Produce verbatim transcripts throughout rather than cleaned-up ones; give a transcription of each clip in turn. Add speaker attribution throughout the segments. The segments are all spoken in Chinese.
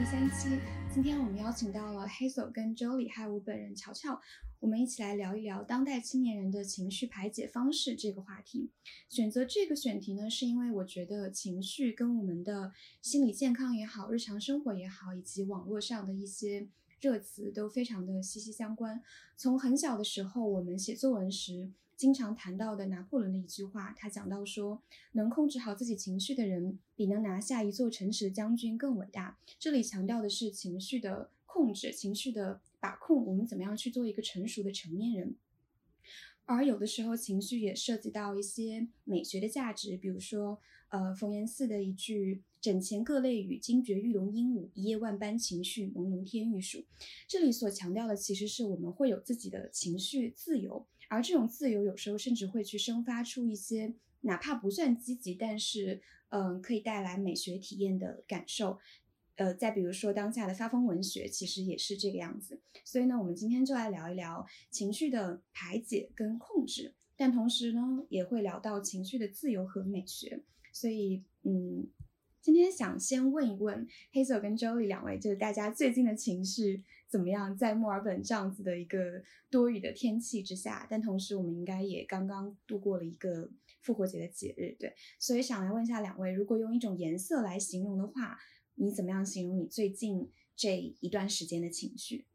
Speaker 1: 三期，今天我们邀请到了 Hazel 跟 Jolie 还有我本人乔乔，我们一起来聊一聊当代青年人的情绪排解方式这个话题。选择这个选题呢，是因为我觉得情绪跟我们的心理健康也好，日常生活也好，以及网络上的一些热词都非常的息息相关。从很小的时候，我们写作文时经常谈到的拿破仑的一句话，他讲到说，能控制好自己情绪的人比能拿下一座城池的将军更伟大。这里强调的是情绪的控制，情绪的把控，我们怎么样去做一个成熟的成年人。而有的时候情绪也涉及到一些美学的价值，比如说呃，冯延巳的一句枕前各类语，惊觉玉龙鹦鹉，一夜万般情绪，朦胧天欲属。这里所强调的其实是我们会有自己的情绪自由，而这种自由有时候甚至会去生发出一些哪怕不算积极，但是嗯、呃，可以带来美学体验的感受。呃，再比如说当下的发疯文学其实也是这个样子。所以呢，我们今天就来聊一聊情绪的排解跟控制，但同时呢也会聊到情绪的自由和美学。所以嗯，今天想先问一问 Hazel 跟 Jolie 两位，就是大家最近的情绪怎么样，在墨尔本这样子的一个多雨的天气之下，但同时我们应该也刚刚度过了一个复活节的节日，对，所以想来问一下两位，如果用一种颜色来形容的话，你怎么样形容你最近这一段时间的情绪？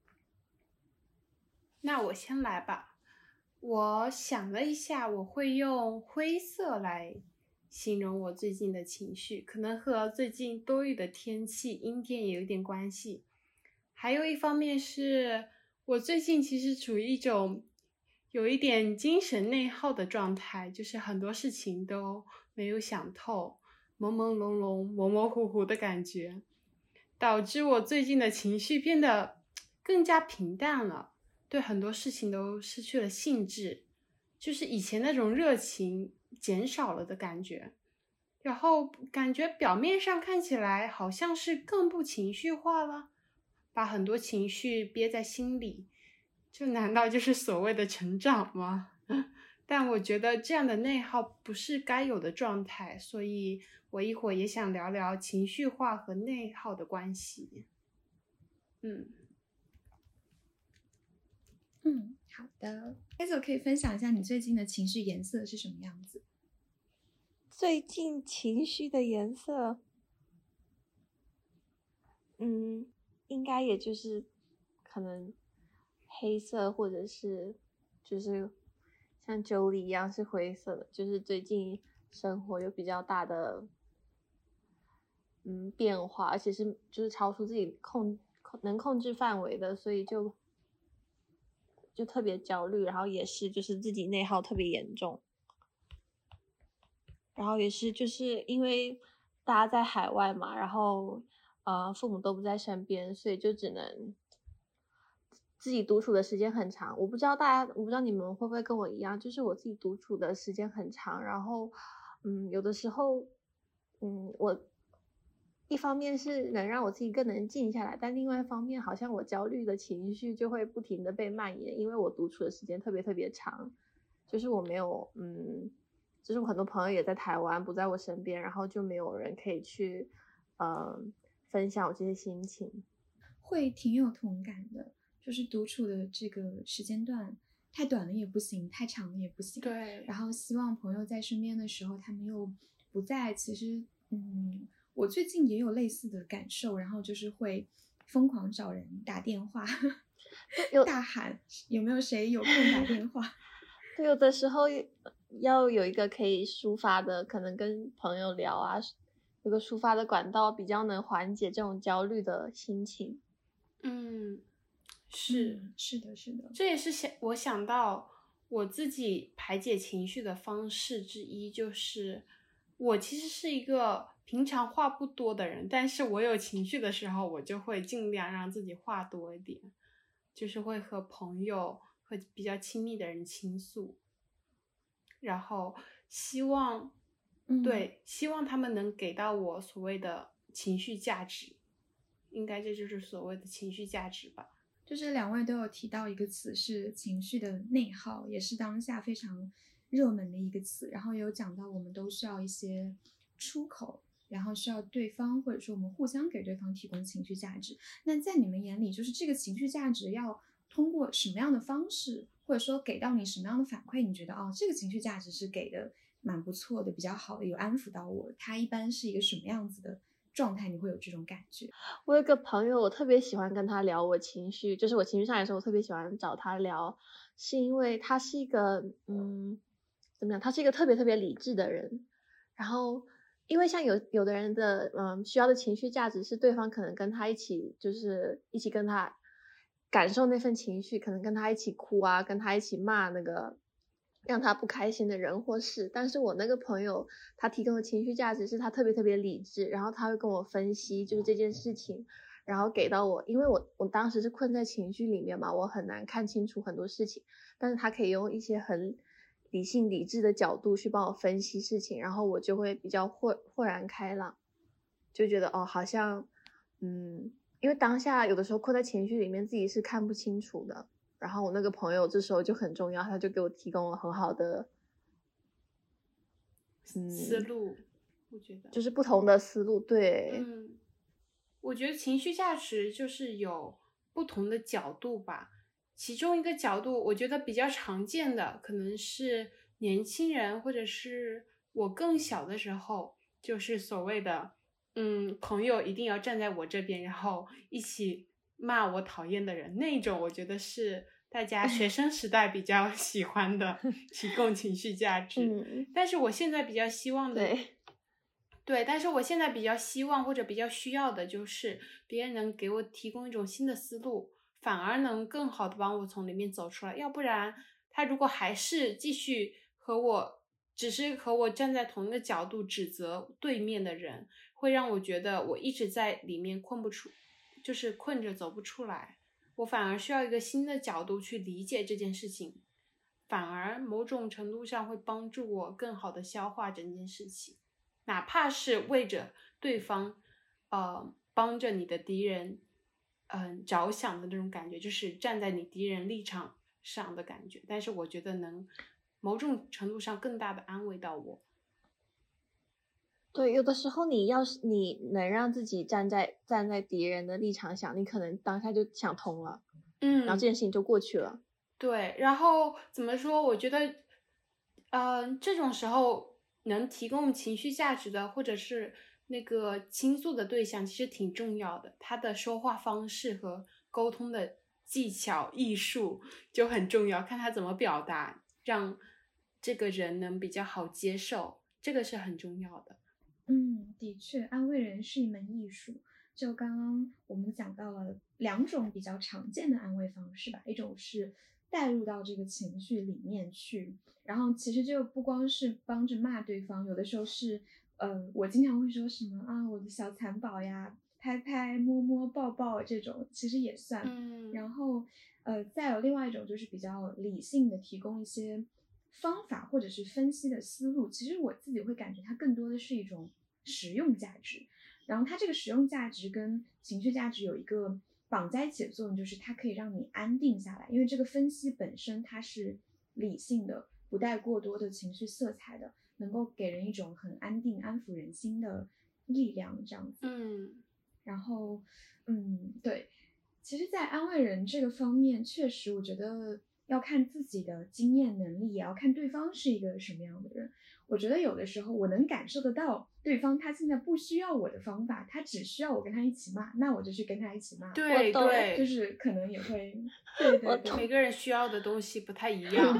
Speaker 2: 那我先来吧。我想了一下，我会用灰色来形容我最近的情绪，可能和最近多雨的天气、阴天也有点关系。还有一方面是我最近其实处于一种有一点精神内耗的状态，就是很多事情都没有想透，朦朦胧胧、模模糊糊的感觉，导致我最近的情绪变得更加平淡了，对很多事情都失去了兴致，就是以前那种热情减少了的感觉。然后感觉表面上看起来好像是更不情绪化了，把很多情绪憋在心里，这难道就是所谓的成长吗？但我觉得这样的内耗不是该有的状态，所以我一会儿也想聊聊情绪化和内耗的关系。嗯
Speaker 1: 嗯，好的。Hazel 可以分享一下你最近的情绪颜色是什么样子？
Speaker 3: 最近情绪的颜色，嗯，应该也就是可能黑色，或者是就是像Jolie一样是灰色的，就是最近生活有比较大的嗯变化，而且是就是超出自己控能控制范围的，所以就就特别焦虑，然后也是就是自己内耗特别严重。然后也是就是因为大家在海外嘛，然后呃父母都不在身边，所以就只能自己独处的时间很长。我不知道大家，我不知道你们会不会跟我一样，就是我自己独处的时间很长，然后嗯有的时候嗯我一方面是能让我自己更能静下来，但另外一方面好像我焦虑的情绪就会不停的被蔓延，因为我独处的时间特别特别长，就是我没有嗯。就是我很多朋友也在台湾，不在我身边，然后就没有人可以去，呃，分享我这些心情，
Speaker 1: 会挺有同感的，就是独处的这个时间段太短了也不行，太长了也不行。
Speaker 2: 对，
Speaker 1: 然后希望朋友在身边的时候，他们又不在。其实，嗯，我最近也有类似的感受，然后就是会疯狂找人打电话，大喊有没有谁有空打电话。
Speaker 3: 对，有的时候要有一个可以抒发的，可能跟朋友聊啊，有个抒发的管道，比较能缓解这种焦虑的心情。
Speaker 2: 嗯，是、
Speaker 1: 嗯、是的，是的，
Speaker 2: 这也是想我想到我自己排解情绪的方式之一，就是我其实是一个平常话不多的人，但是我有情绪的时候，我就会尽量让自己话多一点，就是会和朋友和比较亲密的人倾诉，然后希望、嗯、对希望他们能给到我所谓的情绪价值，应该这就是所谓的情绪价值吧。
Speaker 1: 就是两位都有提到一个词是情绪的内耗，也是当下非常热门的一个词，然后也有讲到我们都需要一些出口然后需要对方或者说我们互相给对方提供情绪价值。那在你们眼里，就是这个情绪价值要通过什么样的方式，或者说给到你什么样的反馈，你觉得哦，这个情绪价值是给的蛮不错的，比较好的，有安抚到我，它一般是一个什么样子的状态，你会有这种感觉？
Speaker 3: 我有个朋友，我特别喜欢跟他聊我情绪，就是我情绪上来的时候，我特别喜欢找他聊，是因为他是一个嗯，怎么样？他是一个特别特别理智的人。然后，因为像有有的人的嗯需要的情绪价值是对方可能跟他一起，就是一起跟他感受那份情绪，可能跟他一起哭啊，跟他一起骂那个让他不开心的人或事。但是我那个朋友他提供的情绪价值是他特别特别理智，然后他会跟我分析就是这件事情，然后给到我，因为我我当时是困在情绪里面嘛，我很难看清楚很多事情，但是他可以用一些很理性理智的角度去帮我分析事情，然后我就会比较豁豁然开朗，就觉得哦好像嗯，因为当下有的时候困在情绪里面自己是看不清楚的，然后我那个朋友这时候就很重要，他就给我提供了很好的
Speaker 2: 嗯思路，我觉得
Speaker 3: 就是不同的思路。对，
Speaker 2: 嗯，我觉得情绪价值就是有不同的角度吧。其中一个角度我觉得比较常见的可能是年轻人或者是我更小的时候，就是所谓的嗯，朋友一定要站在我这边，然后一起骂我讨厌的人，那种我觉得是大家学生时代比较喜欢的提供情绪价值。
Speaker 3: 嗯，
Speaker 2: 但是我现在比较希望的
Speaker 3: 对
Speaker 2: 对，但是我现在比较希望或者比较需要的就是别人能给我提供一种新的思路，反而能更好的帮我从里面走出来。要不然他如果还是继续和我只是和我站在同一个角度指责对面的人，会让我觉得我一直在里面困不出，就是困着走不出来。我反而需要一个新的角度去理解这件事情，反而某种程度上会帮助我更好的消化整件事情。哪怕是为着对方呃帮着你的敌人嗯、呃、着想的那种感觉，就是站在你敌人立场上的感觉，但是我觉得能某种程度上更大的安慰到我。
Speaker 3: 对，有的时候你要是你能让自己站在站在敌人的立场想，你可能当下就想通了，
Speaker 2: 嗯，
Speaker 3: 然后这件事情就过去了。
Speaker 2: 对，然后怎么说？我觉得，嗯、呃，这种时候能提供情绪价值的，或者是那个倾诉的对象，其实挺重要的。他的说话方式和沟通的技巧、艺术就很重要，看他怎么表达，让这个人能比较好接受，这个是很重要的。
Speaker 1: 嗯，的确，安慰人是一门艺术。就刚刚我们讲到了两种比较常见的安慰方式吧，一种是带入到这个情绪里面去，然后其实就不光是帮着骂对方，有的时候是呃，我经常会说什么啊，我的小蚕宝呀，拍拍摸摸抱抱这种，其实也算。
Speaker 2: 嗯，
Speaker 1: 然后呃，再有另外一种就是比较理性的提供一些方法或者是分析的思路，其实我自己会感觉它更多的是一种实用价值。然后它这个实用价值跟情绪价值有一个绑在一起的作用，就是它可以让你安定下来，因为这个分析本身它是理性的，不带过多的情绪色彩的，能够给人一种很安定、安抚人心的力量，这样子。
Speaker 2: 嗯，
Speaker 1: 然后，嗯，对，其实，在安慰人这个方面，确实我觉得要看自己的经验能力，也要看对方是一个什么样的人。我觉得有的时候我能感受得到对方他现在不需要我的方法，他只需要我跟他一起骂，那我就去跟他一起骂。
Speaker 2: 对对，
Speaker 1: 就是可能也会，对对对，
Speaker 2: 每个人需要的东西不太一样。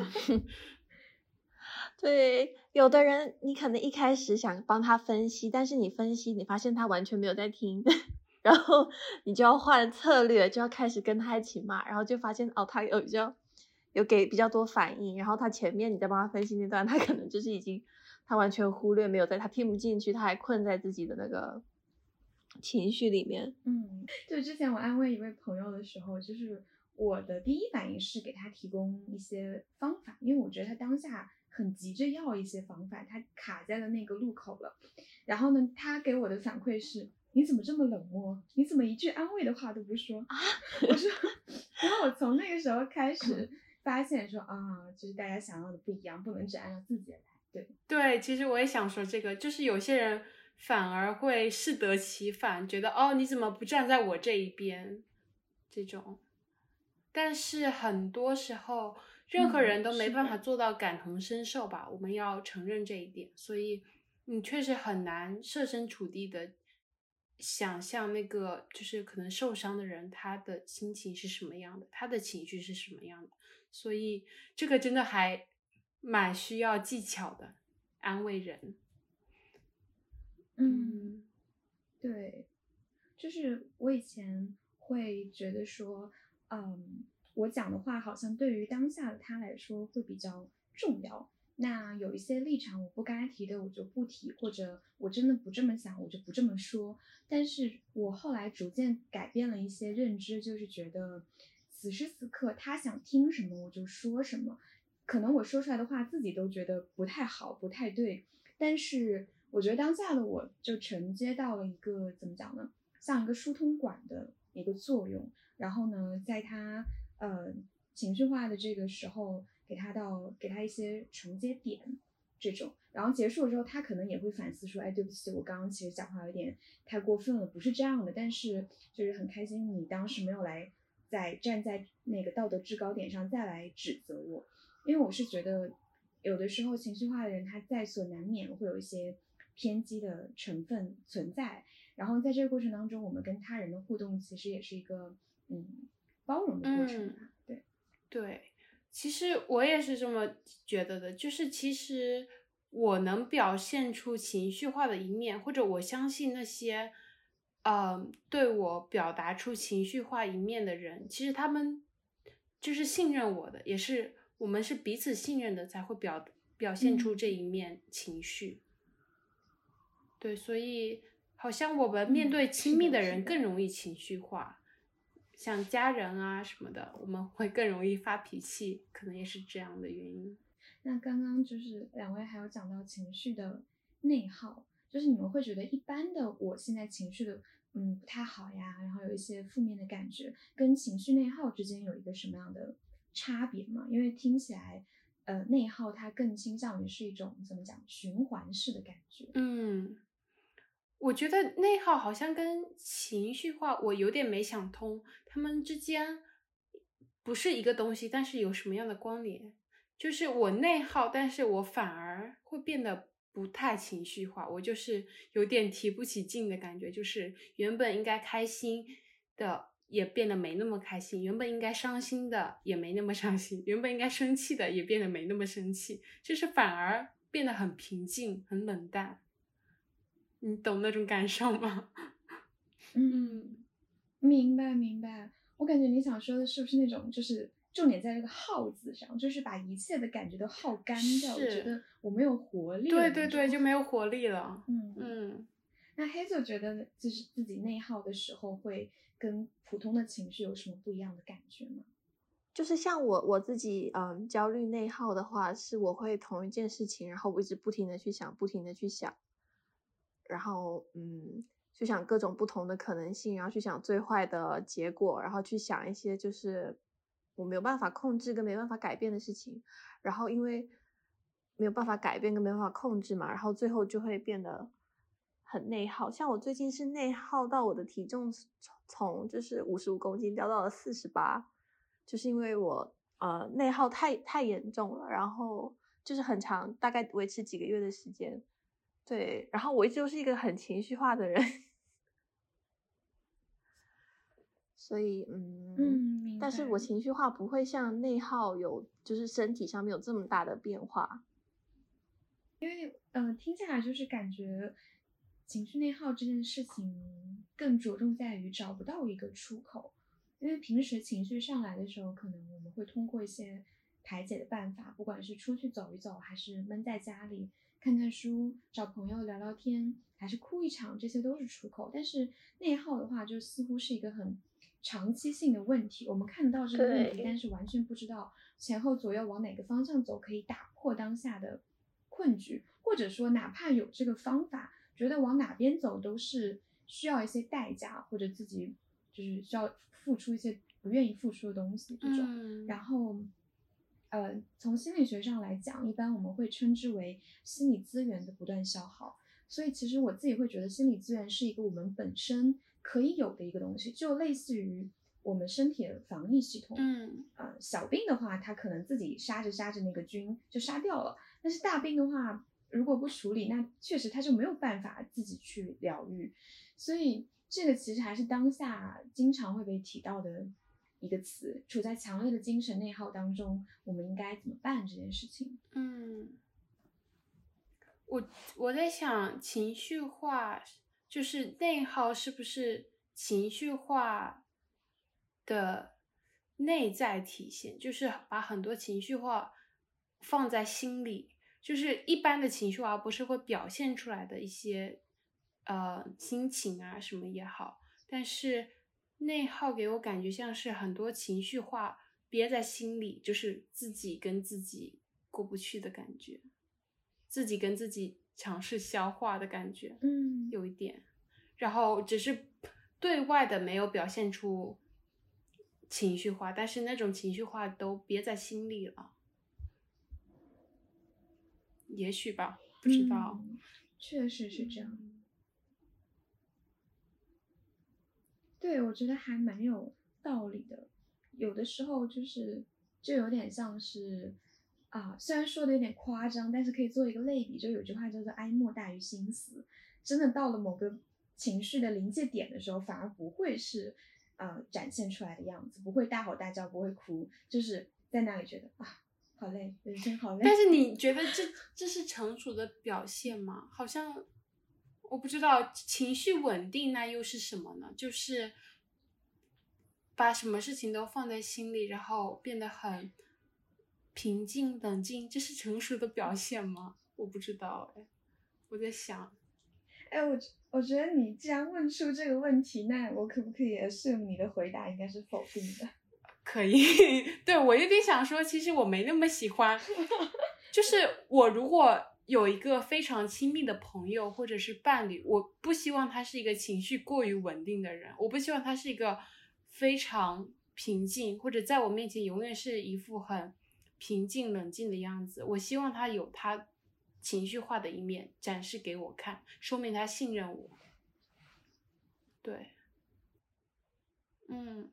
Speaker 3: 对，有的人你可能一开始想帮他分析，但是你分析你发现他完全没有在听，然后你就要换策略，就要开始跟他一起骂，然后就发现哦，他有比较有给比较多反应，然后他前面你在帮他分析那段，他可能就是已经他完全忽略，没有在，他听不进去，他还困在自己的那个情绪里面。
Speaker 1: 嗯，就之前我安慰一位朋友的时候，就是我的第一反应是给他提供一些方法，因为我觉得他当下很急着要一些方法，他卡在了那个路口了。然后呢，他给我的反馈是，你怎么这么冷漠？你怎么一句安慰的话都不说？啊、我说，然后我从那个时候开始发现说啊，就是大家想要的不一样，不能只按照自己的来。对
Speaker 2: 对，其实我也想说这个，就是有些人反而会适得其反，觉得哦你怎么不站在我这一边这种。但是很多时候任何人都没办法做到感同身受吧、嗯、我们要承认这一点，所以你确实很难设身处地的想象那个就是可能受伤的人他的心情是什么样的，他的情绪是什么样的，所以这个真的还蛮需要技巧的，安慰人。
Speaker 1: 嗯，对，就是我以前会觉得说嗯，我讲的话好像对于当下的他来说会比较重要，那有一些立场我不该提的我就不提，或者我真的不这么想我就不这么说。但是我后来逐渐改变了一些认知，就是觉得此时此刻他想听什么我就说什么，可能我说出来的话自己都觉得不太好不太对，但是我觉得当下的我就承接到了一个怎么讲呢，像一个疏通管的一个作用，然后呢在他呃情绪化的这个时候给他到给他一些承接点这种，然后结束了之后他可能也会反思说，哎对不起我刚刚其实讲话有点太过分了，不是这样的，但是就是很开心你当时没有来再站在那个道德制高点上再来指责我，因为我是觉得有的时候情绪化的人他在所难免会有一些偏激的成分存在，然后在这个过程当中我们跟他人的互动其实也是一个嗯包容的过程、
Speaker 2: 嗯、
Speaker 1: 对
Speaker 2: 对，其实我也是这么觉得的，就是其实我能表现出情绪化的一面，或者我相信那些呃对我表达出情绪化一面的人，其实他们就是信任我的，也是我们是彼此信任的才会表表现出这一面情绪、嗯、对，所以好像我们面对亲密的人更容易情绪化、嗯、像家人啊什么的我们会更容易发脾气，可能也是这样的原因。
Speaker 1: 那刚刚就是两位还有讲到情绪的内耗，就是你们会觉得一般的我现在情绪的嗯不太好呀，然后有一些负面的感觉，跟情绪内耗之间有一个什么样的差别吗？因为听起来呃内耗它更倾向于是一种怎么讲循环式的感觉。
Speaker 2: 嗯，我觉得内耗好像跟情绪化我有点没想通，他们之间不是一个东西，但是有什么样的关联？就是我内耗，但是我反而会变得不太情绪化，我就是有点提不起劲的感觉，就是原本应该开心的也变得没那么开心，原本应该伤心的也没那么伤心，原本应该生气的也变得没那么生气，就是反而变得很平静很冷淡。你懂那种感受吗？
Speaker 1: 嗯，明白明白。我感觉你想说的是不是那种就是重点在这个耗字上，就是把一切的感觉都耗干掉，我觉得我没有活力了。
Speaker 2: 对对对，就没有活力了。
Speaker 1: 嗯
Speaker 2: 嗯，
Speaker 1: 那黑色觉得就是自己内耗的时候会跟普通的情绪有什么不一样的感觉吗？
Speaker 3: 就是像我我自己嗯焦虑内耗的话，是我会同一件事情，然后我一直不停的去想不停的去想，然后嗯去想各种不同的可能性，然后去想最坏的结果，然后去想一些就是我没有办法控制跟没办法改变的事情，然后因为没有办法改变跟没办法控制嘛，然后最后就会变得很内耗。像我最近是内耗到我的体重从就是五十五公斤掉到了四十八，就是因为我呃内耗太太严重了，然后就是很长，大概维持几个月的时间。对，然后我一直都是一个很情绪化的人，所以嗯
Speaker 1: 嗯，
Speaker 3: 但是我情绪化不会像内耗有就是身体上面有这么大的变化。
Speaker 1: 因为呃听下来就是感觉情绪内耗这件事情更着重在于找不到一个出口，因为平时情绪上来的时候可能我们会通过一些排解的办法，不管是出去走一走还是闷在家里看看书找朋友聊聊天还是哭一场，这些都是出口。但是内耗的话就似乎是一个很长期性的问题，我们看到这个问题但是完全不知道前后左右往哪个方向走可以打破当下的困局，或者说哪怕有这个方法觉得往哪边走都是需要一些代价，或者自己就是需要付出一些不愿意付出的东西这种、嗯、然后呃，从心理学上来讲一般我们会称之为心理资源的不断消耗， 所以其实我自己会觉得心理资源是一个我们本身可以有的一个东西，就类似于我们身体的防疫系统。
Speaker 2: 嗯，
Speaker 1: 呃，小病的话，它可能自己杀着杀着那个菌就杀掉了，但是大病的话，如果不处理，那确实它就没有办法自己去疗愈。所以这个其实还是当下经常会被提到的一个词，处在强烈的精神内耗当中，我们应该怎么办这件事情。
Speaker 2: 嗯，我我在想，情绪化就是内耗，是不是情绪化的内在体现？就是把很多情绪化放在心里，就是一般的情绪化不是会表现出来的一些呃心情啊什么也好，但是内耗给我感觉像是很多情绪化憋在心里，就是自己跟自己过不去的感觉。自己跟自己尝试消化的感觉，
Speaker 1: 嗯，
Speaker 2: 有一点，然后只是对外的没有表现出情绪化，但是那种情绪化都憋在心里了，也许吧，不知道，
Speaker 1: 嗯，确实是这样。
Speaker 2: 嗯、
Speaker 1: 对，我觉得还蛮有道理的。有的时候就是就有点像是。啊，虽然说的有点夸张，但是可以做一个类比，就有句话叫做哀莫大于心死。真的到了某个情绪的临界点的时候，反而不会是呃展现出来的样子，不会大吼大叫，不会哭，就是在那里觉得啊好累，人生好累。
Speaker 2: 但是你觉得这这是成熟的表现吗？好像我不知道，情绪稳定那又是什么呢？就是把什么事情都放在心里，然后变得很平静冷静，这是成熟的表现吗？我不知道哎，我在想，
Speaker 1: 哎，我我觉得你既然问出这个问题，那我可不可以 assume 你的回答应该是否定的？
Speaker 2: 可以，对，我有点想说，其实我没那么喜欢，就是我如果有一个非常亲密的朋友或者是伴侣，我不希望他是一个情绪过于稳定的人，我不希望他是一个非常平静，或者在我面前永远是一副很平静冷静的样子，我希望他有他情绪化的一面展示给我看，说明他信任我。对，嗯，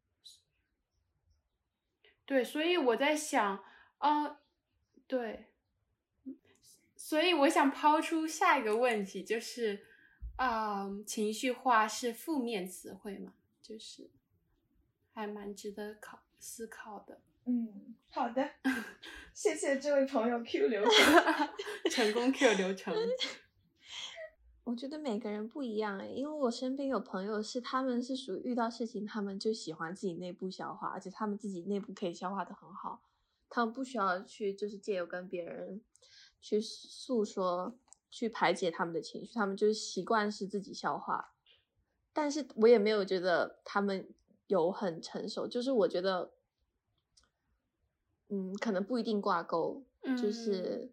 Speaker 2: 对，所以我在想，呃，对，所以我想抛出下一个问题，就是，嗯，情绪化是负面词汇吗？就是还蛮值得考思考的。
Speaker 1: 嗯，好的，谢谢这位朋友 Q 流程，
Speaker 2: 成功 Q 流程。
Speaker 3: 我觉得每个人不一样诶，因为我身边有朋友是他们是属于遇到事情他们就喜欢自己内部消化，而且他们自己内部可以消化的很好，他们不需要去就是借由跟别人去诉说去排解他们的情绪，他们就是习惯是自己消化。但是我也没有觉得他们有很成熟，就是我觉得嗯可能不一定挂钩，
Speaker 2: 嗯、
Speaker 3: 就是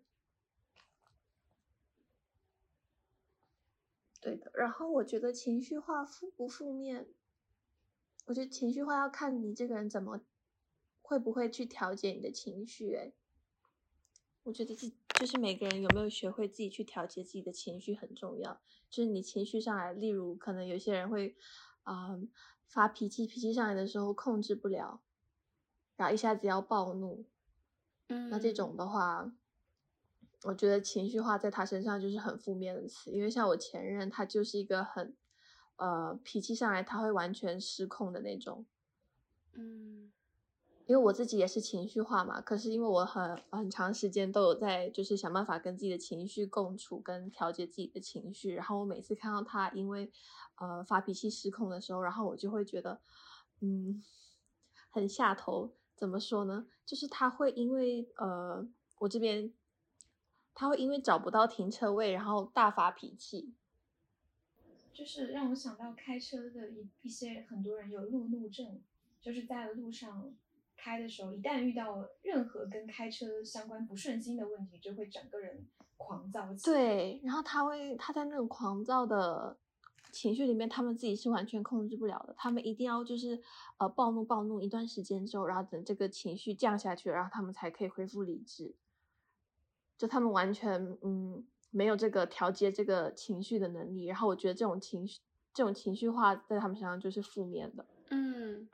Speaker 3: 对的。然后我觉得情绪化负不负面，我觉得情绪化要看你这个人怎么会不会去调节你的情绪。诶，我觉得自就是每个人有没有学会自己去调节自己的情绪很重要。就是你情绪上来，例如可能有些人会啊、呃、发脾气，脾气上来的时候控制不了，然后一下子要暴怒，
Speaker 2: 嗯，
Speaker 3: 那这种的话我觉得情绪化在他身上就是很负面的词。因为像我前任他就是一个很呃脾气上来他会完全失控的那种。
Speaker 2: 嗯，
Speaker 3: 因为我自己也是情绪化嘛，可是因为我很很长时间都有在就是想办法跟自己的情绪共处跟调节自己的情绪，然后我每次看到他因为呃发脾气失控的时候，然后我就会觉得嗯很下头。怎么说呢，就是他会因为呃我这边他会因为找不到停车位然后大发脾气，
Speaker 1: 就是让我想到开车的一一些很多人有路怒症，就是在路上开的时候，一旦遇到任何跟开车相关不顺心的问题，就会整个人狂躁起来。
Speaker 3: 对，然后他会他在那种狂躁的情绪里面，他们自己是完全控制不了的，他们一定要就是呃暴怒暴怒一段时间之后，然后等这个情绪降下去，然后他们才可以恢复理智。就他们完全嗯没有这个调节这个情绪的能力，然后我觉得这种情绪这种情绪化在他们身上就是负面的。
Speaker 2: 嗯，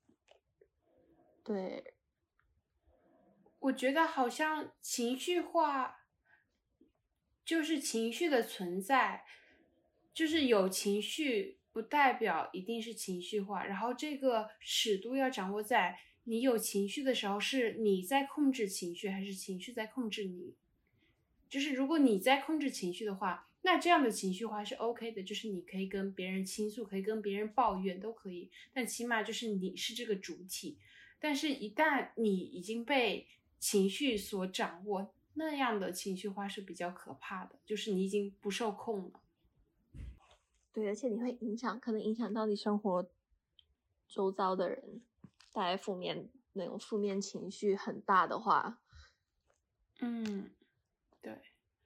Speaker 3: 对，
Speaker 2: 我觉得好像情绪化就是情绪的存在，就是有情绪不代表一定是情绪化，然后这个尺度要掌握在你有情绪的时候是你在控制情绪还是情绪在控制你。就是如果你在控制情绪的话，那这样的情绪化是 OK 的，就是你可以跟别人倾诉，可以跟别人抱怨都可以，但起码就是你是这个主体。但是一旦你已经被情绪所掌握，那样的情绪化是比较可怕的，就是你已经不受控了。
Speaker 3: 对，而且你会影响，可能影响到你生活周遭的人，带来负面那种负面情绪很大的话，
Speaker 2: 嗯，对。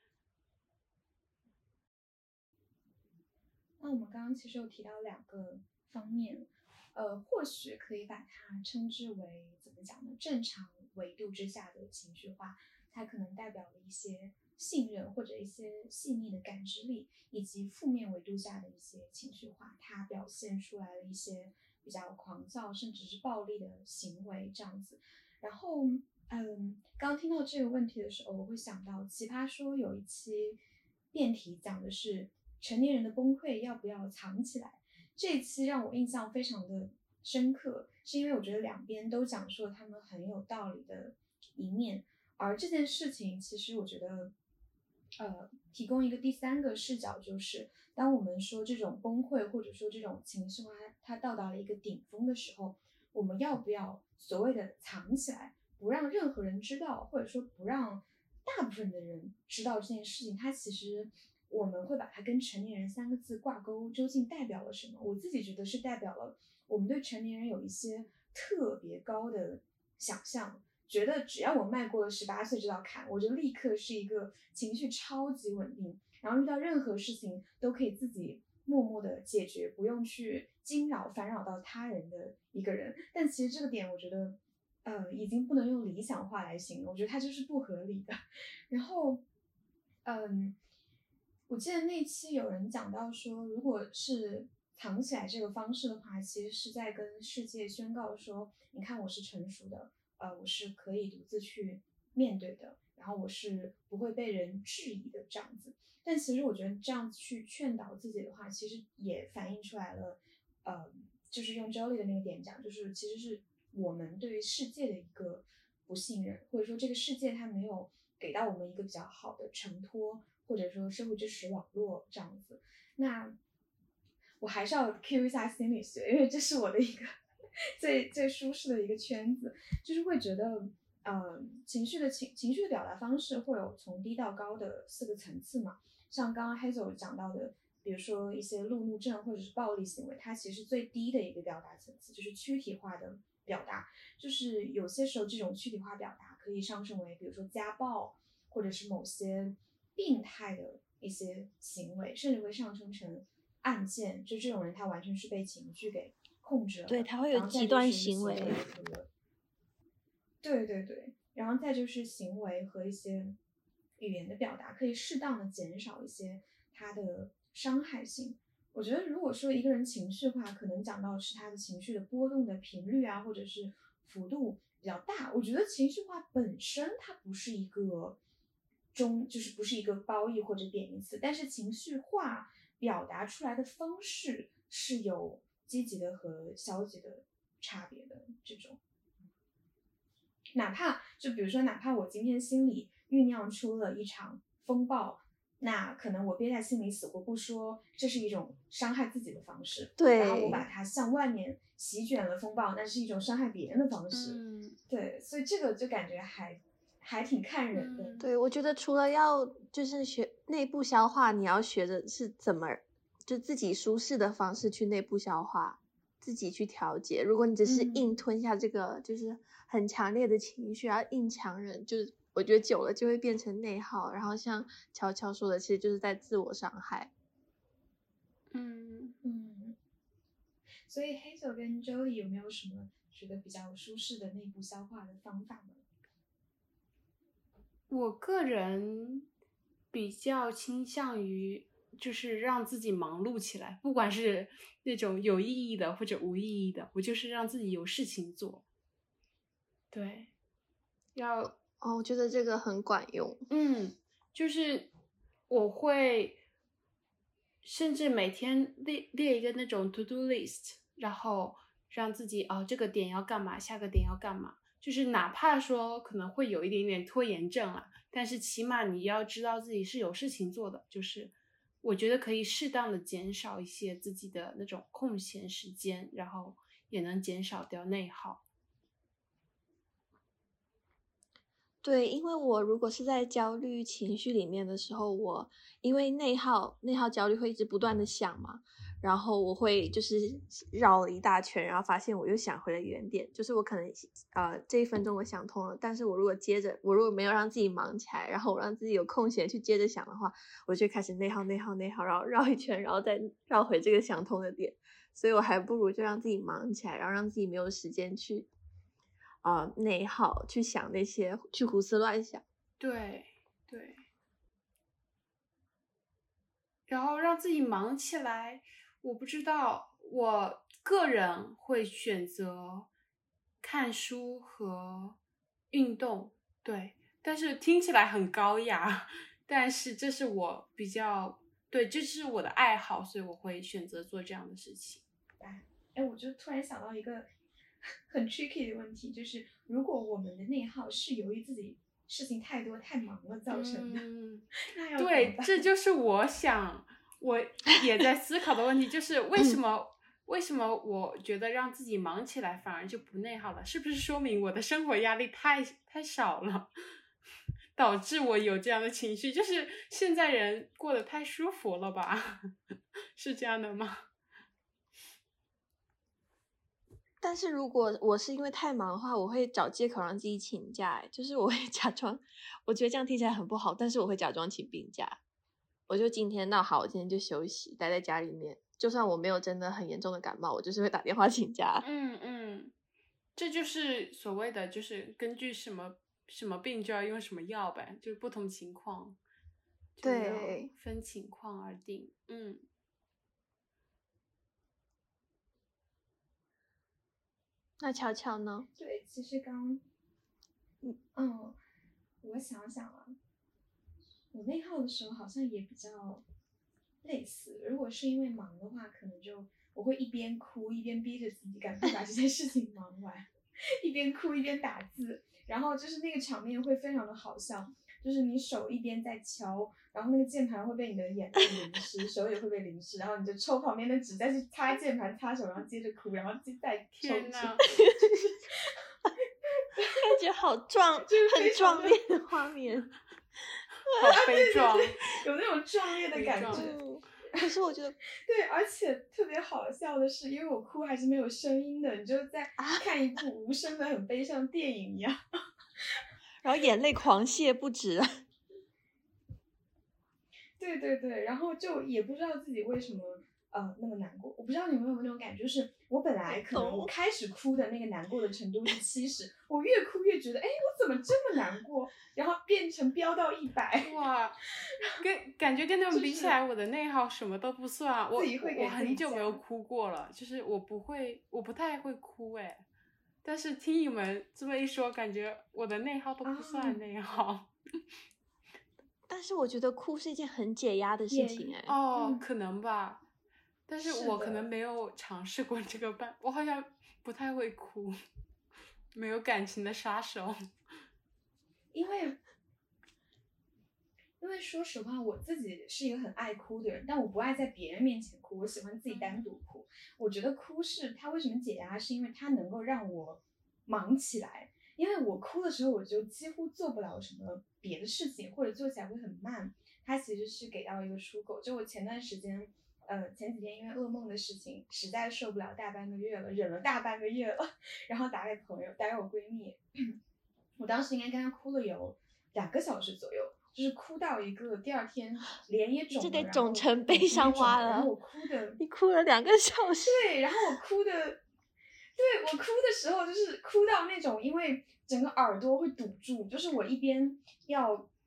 Speaker 1: 那我们刚刚其实有提到两个方面，呃，或许可以把它称之为怎么讲呢？正常维度之下的情绪化，它可能代表了一些信任或者一些细腻的感知力，以及负面维度下的一些情绪化，它表现出来了一些比较狂躁甚至是暴力的行为这样子。然后，嗯，刚听到这个问题的时候，我会想到奇葩说有一期辩题讲的是成年人的崩溃要不要藏起来。这一期让我印象非常的深刻，是因为我觉得两边都讲述了他们很有道理的一面，而这件事情其实我觉得呃，提供一个第三个视角，就是当我们说这种崩溃或者说这种情绪化它到达了一个顶峰的时候，我们要不要所谓的藏起来，不让任何人知道，或者说不让大部分的人知道这件事情，它其实我们会把它跟成年人三个字挂钩，究竟代表了什么？我自己觉得是代表了我们对成年人有一些特别高的想象，觉得只要我迈过了十八岁这道坎，我就立刻是一个情绪超级稳定，然后遇到任何事情都可以自己默默的解决，不用去惊扰烦扰到他人的一个人。但其实这个点我觉得呃已经不能用理想化来形容，我觉得它就是不合理的。然后嗯，我记得那期有人讲到说，如果是藏起来这个方式的话，其实是在跟世界宣告说，你看我是成熟的，呃，我是可以独自去面对的，然后我是不会被人质疑的这样子。但其实我觉得这样去劝导自己的话，其实也反映出来了，呃，就是用 Jolie 的那个点讲，就是其实是我们对于世界的一个不信任，或者说这个世界它没有给到我们一个比较好的承托，或者说社会支持网络这样子。那我还是要 cue 一下心理学，因为这是我的一个最最舒适的一个圈子，就是会觉得，呃，情绪的情情绪的表达方式会有从低到高的四个层次嘛。像刚刚 Hazel 讲到的，比如说一些路怒症或者是暴力行为，它其实最低的一个表达层次就是躯体化的表达，就是有些时候这种躯体化表达可以上升为，比如说家暴，或者是某些病态的一些行为，甚至会上升成案件，就这种人他完全是被情绪给控制了的，
Speaker 3: 对，他会有
Speaker 1: 然后再
Speaker 3: 极端
Speaker 1: 就是
Speaker 3: 行为。
Speaker 1: 一些和对对对，然后再就是行为和一些语言的表达，可以适当的减少一些它的伤害性。我觉得如果说一个人情绪化，可能讲到是他的情绪的波动的频率啊，或者是幅度比较大。我觉得情绪化本身它不是一个中，就是不是一个褒义或者贬义词，但是情绪化表达出来的方式是有积极的和消极的差别的这种。哪怕就比如说，哪怕我今天心里酝酿出了一场风暴，那可能我憋在心里死活不说，这是一种伤害自己的方式。
Speaker 3: 对，
Speaker 1: 然后我把它向外面席卷了风暴，那是一种伤害别人的方式。
Speaker 2: 嗯，
Speaker 1: 对，所以这个就感觉还还挺看人的。
Speaker 2: 嗯
Speaker 3: 对，我觉得除了要就是学内部消化，你要学的是怎么就自己舒适的方式去内部消化，自己去调节。如果你只是硬吞下这个、嗯、就是很强烈的情绪，要硬强忍，就是我觉得久了就会变成内耗，然后像乔乔说的，其实就是在自我伤害。
Speaker 2: 嗯
Speaker 1: 嗯，所以 Hazel 跟 Jolie 有没有什么觉得比较舒适的内部消化的方法呢？
Speaker 2: 我个人比较倾向于就是让自己忙碌起来，不管是那种有意义的或者无意义的，我就是让自己有事情做。对，要
Speaker 3: 哦，我觉得这个很管用。
Speaker 2: 嗯，就是我会甚至每天列列一个那种 to do list， 然后让自己哦这个点要干嘛，下个点要干嘛，就是哪怕说可能会有一点点拖延症啦，但是起码你要知道自己是有事情做的，就是我觉得可以适当的减少一些自己的那种空闲时间，然后也能减少掉内耗。
Speaker 3: 对，因为我如果是在焦虑情绪里面的时候，我因为内耗内耗焦虑会一直不断的想嘛，然后我会就是绕了一大圈，然后发现我又想回了原点，就是我可能呃这一分钟我想通了，但是我如果接着我如果没有让自己忙起来，然后我让自己有空闲去接着想的话，我就开始内耗内耗内耗，然后绕一圈，然后再绕回这个想通的点，所以我还不如就让自己忙起来，然后让自己没有时间去啊、呃、内耗，去想那些，去胡思乱想。
Speaker 2: 对对，然后让自己忙起来，我不知道，我个人会选择看书和运动，对，但是听起来很高雅，但是这是我比较，对，这是我的爱好，所以我会选择做这样的事情。
Speaker 1: 哎，我就突然想到一个很 tricky 的问题，就是如果我们的内耗是由于自己事情太多太忙了造成的，
Speaker 2: 嗯，
Speaker 1: 那要
Speaker 2: 对，这就是我想我也在思考的问题，就是为什么为什么我觉得让自己忙起来反而就不内耗了？是不是说明我的生活压力太太少了，导致我有这样的情绪？就是现在人过得太舒服了吧？是这样的吗？
Speaker 3: 但是如果我是因为太忙的话，我会找借口让自己请假，就是我会假装，我觉得这样听起来很不好，但是我会假装请病假，我就今天那好，我今天就休息，待在家里面，就算我没有真的很严重的感冒，我就是会打电话请假。
Speaker 2: 嗯嗯，这就是所谓的，就是根据什么什么病就要用什么药呗，就是不同情况，
Speaker 3: 对，
Speaker 2: 分情况而定。嗯。
Speaker 3: 那巧巧呢？
Speaker 1: 对，其实刚，嗯，我想想啊，我内耗的时候好像也比较类似。如果是因为忙的话，可能就我会一边哭一边逼着自己赶快把这件事情忙完，一边哭一边打字，然后就是那个场面会非常的好笑，就是你手一边在敲，然后那个键盘会被你的眼泪淋湿，手也会被淋湿，然后你就抽旁边的纸再去擦键盘擦手，然后接着哭，然后再抽纸。
Speaker 2: 天哪！
Speaker 3: 感觉好壮，很壮烈的画面，
Speaker 2: 好悲壮，
Speaker 1: 对对对，有那种壮烈的感觉。
Speaker 3: 可是我觉得，
Speaker 1: 对，而且特别好笑的是，因为我哭还是没有声音的，你就在看一部无声的很悲伤的电影一样，
Speaker 3: 然后眼泪狂泻不止。
Speaker 1: 对对对，然后就也不知道自己为什么呃那么难过。我不知道你们有没有那种感觉，就是我本来可能我开始哭的那个难过的程度是七十，我越哭越觉得，哎，我怎么这么难过？然后变成飙到一百。
Speaker 2: 哇，跟感觉跟他们比起来，我的内耗什么都不算。我我很久没有哭过了，就是我不会，我不太会哭哎。但是听你们这么一说，感觉我的内耗都不算内耗。啊
Speaker 3: 但是我觉得哭是一件很解压的事情哎。
Speaker 2: 哦、
Speaker 1: 嗯，
Speaker 2: 可能吧。但是我可能没有尝试过这个办，我好像不太会哭，没有感情的杀手。
Speaker 1: 因为，因为说实话，我自己是一个很爱哭的人，但我不爱在别人面前哭，我喜欢自己单独哭。我觉得哭是它为什么解压，是因为它能够让我忙起来。因为我哭的时候，我就几乎做不了什么别的事情，或者做起来会很慢。它其实是给到一个出口。就我前段时间。呃，前几天因为噩梦的事情，实在受不了大半个月了，忍了大半个月了，然后打给朋友，打给我闺蜜，我当时应该跟她哭了有两个小时左右，就是哭到一个第二天脸也肿了，
Speaker 3: 这得肿成悲伤蛙了。
Speaker 1: 然后我哭的，
Speaker 3: 你哭了两个小时。
Speaker 1: 对，然后我哭的，对我哭的时候就是哭到那种，因为整个耳朵会堵住，就是我一边要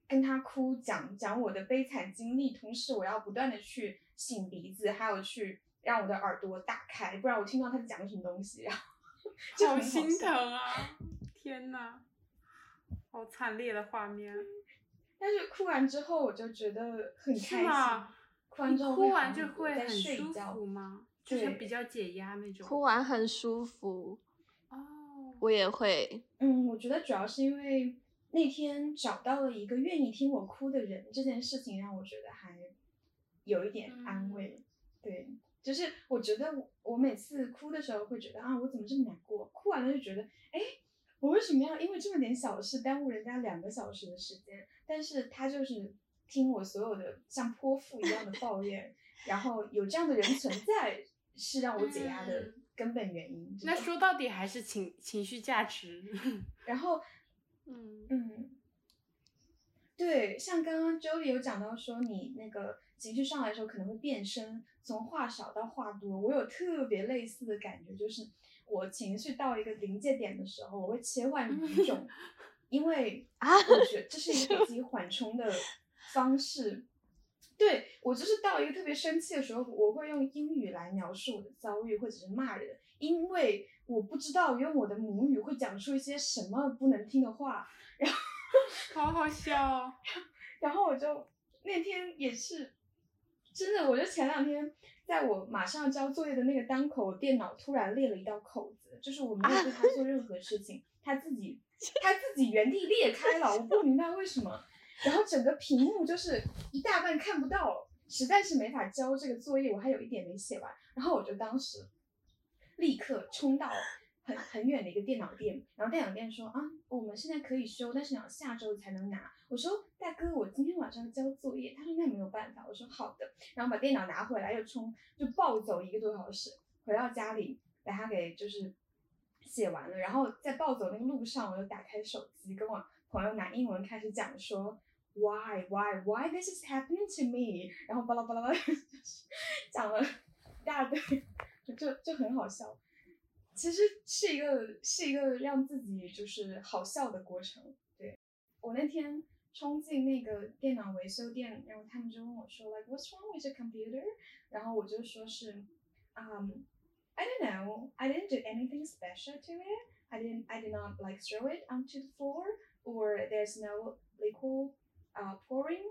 Speaker 1: 跟他哭，讲讲我的悲惨经历，同时我要不断的去擤鼻子，还有去让我的耳朵打开，不然我听不到他在讲什么东西，然后就很
Speaker 2: 好心
Speaker 1: 笑
Speaker 2: 疼啊！天哪，好惨烈的画面。
Speaker 1: 但是哭完之后我就觉得很
Speaker 2: 是
Speaker 1: 开心，
Speaker 2: 吗？
Speaker 1: 哭完之后
Speaker 2: 哭
Speaker 1: 会
Speaker 2: 完就会
Speaker 1: 好很多再
Speaker 2: 很舒
Speaker 1: 睡一觉
Speaker 2: 服吗？就是
Speaker 1: 对
Speaker 2: 比较解压那种。
Speaker 3: 哭完很舒服，
Speaker 2: 哦，
Speaker 3: 我也会。
Speaker 1: 嗯，我觉得主要是因为那天找到了一个愿意听我哭的人，这件事情让我觉得还有一点安慰。
Speaker 2: 嗯、
Speaker 1: 对，就是我觉得我我每次哭的时候会觉得啊，我怎么这么难过？哭完了就觉得，哎，我为什么要因为这么点小事耽误人家两个小时的时间？但是他就是听我所有的像泼妇一样的抱怨，然后有这样的人存在，是让我解压的
Speaker 2: 嗯
Speaker 1: 根本原因。
Speaker 2: 那说到底还是情情绪价值。
Speaker 1: 然后，
Speaker 2: 嗯
Speaker 1: 嗯，对，像刚刚 Jolie 有讲到说，你那个情绪上来的时候可能会变声，从话少到话多。我有特别类似的感觉，就是我情绪到一个临界点的时候，我会切换语种，因为我觉得这是一个给自己缓冲的方式。对，我就是到一个特别生气的时候，我会用英语来描述我的遭遇，或者是骂人，因为我不知道用我的母语会讲出一些什么不能听的话，然后
Speaker 2: 好好笑哦。
Speaker 1: 然后我就那天也是真的，我就前两天在我马上要交作业的那个当口，我电脑突然裂了一道口子，就是我没有对它做任何事情，它自己它自己原地裂开了，我不明白为什么。然后整个屏幕就是一大半看不到，实在是没法交这个作业，我还有一点没写完。然后我就当时立刻冲到很很远的一个电脑店，然后电脑店说啊，我们现在可以修，但是你要下周才能拿。我说大哥，我今天晚上要交作业。他说那没有办法。我说好的，然后把电脑拿回来，又冲就暴走一个多小时，回到家里把它给就是写完了，然后在暴走那个路上，我就打开手机跟我朋友拿英文开始讲说 why why why this is happening to me， 然后巴拉巴拉巴拉讲了一大堆，就就很好笑。其实是一个是一个让自己就是好笑的过程。对，我那天冲进那个电脑维修店，然后他们就问我说 like what's wrong with your computer， 然后我就说是um I don't know, I didn't do anything special to it. I didn't I did not like throw it onto the floor, or there's no liquid uh pouring.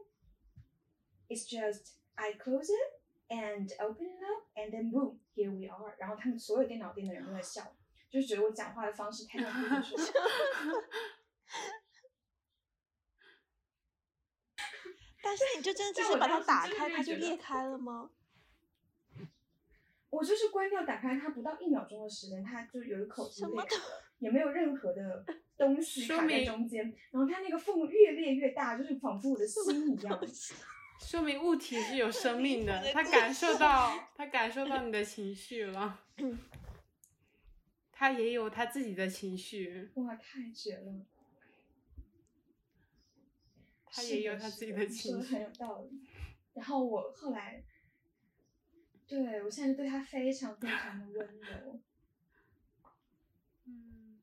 Speaker 1: It's just I close it and open it up, and then boom, here we are. 然后他们所有电脑店的人都在笑，就是觉得我讲话的方式太像脱口秀。
Speaker 3: 但是你就真的只是把它打开，它就裂开了吗？
Speaker 1: 我就是关掉打开它不到一秒钟的时间，它就有一口子裂开了，也没有任何的东西卡在中间，然后它那个缝越裂越大，就是仿佛我的心一样。
Speaker 2: 说明物体是有生命的，他感受到，他感受到你的情绪了。他也有他自己的情绪。
Speaker 1: 哇，太绝了！
Speaker 2: 他也有他自己的情绪，
Speaker 1: 说的很有道理。然后我后来，对我现在对他非常非常的温柔。
Speaker 2: 嗯。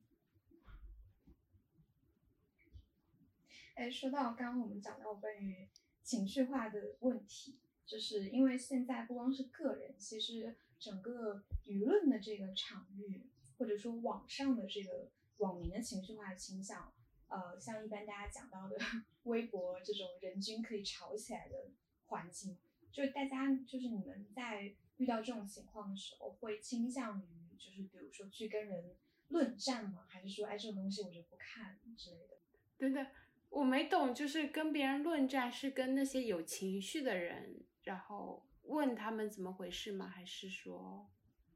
Speaker 1: 哎，说到刚刚我们讲到关于情绪化的问题，就是因为现在不光是个人，其实整个舆论的这个场域，或者说网上的这个网民的情绪化的倾向，呃，像一般大家讲到的微博这种人均可以吵起来的环境，就是大家就是你们在遇到这种情况的时候，会倾向于就是比如说去跟人论战吗？还是说哎这种东西我就不看之类的？
Speaker 2: 等等。我没懂，就是跟别人论战是跟那些有情绪的人，然后问他们怎么回事吗？还是说，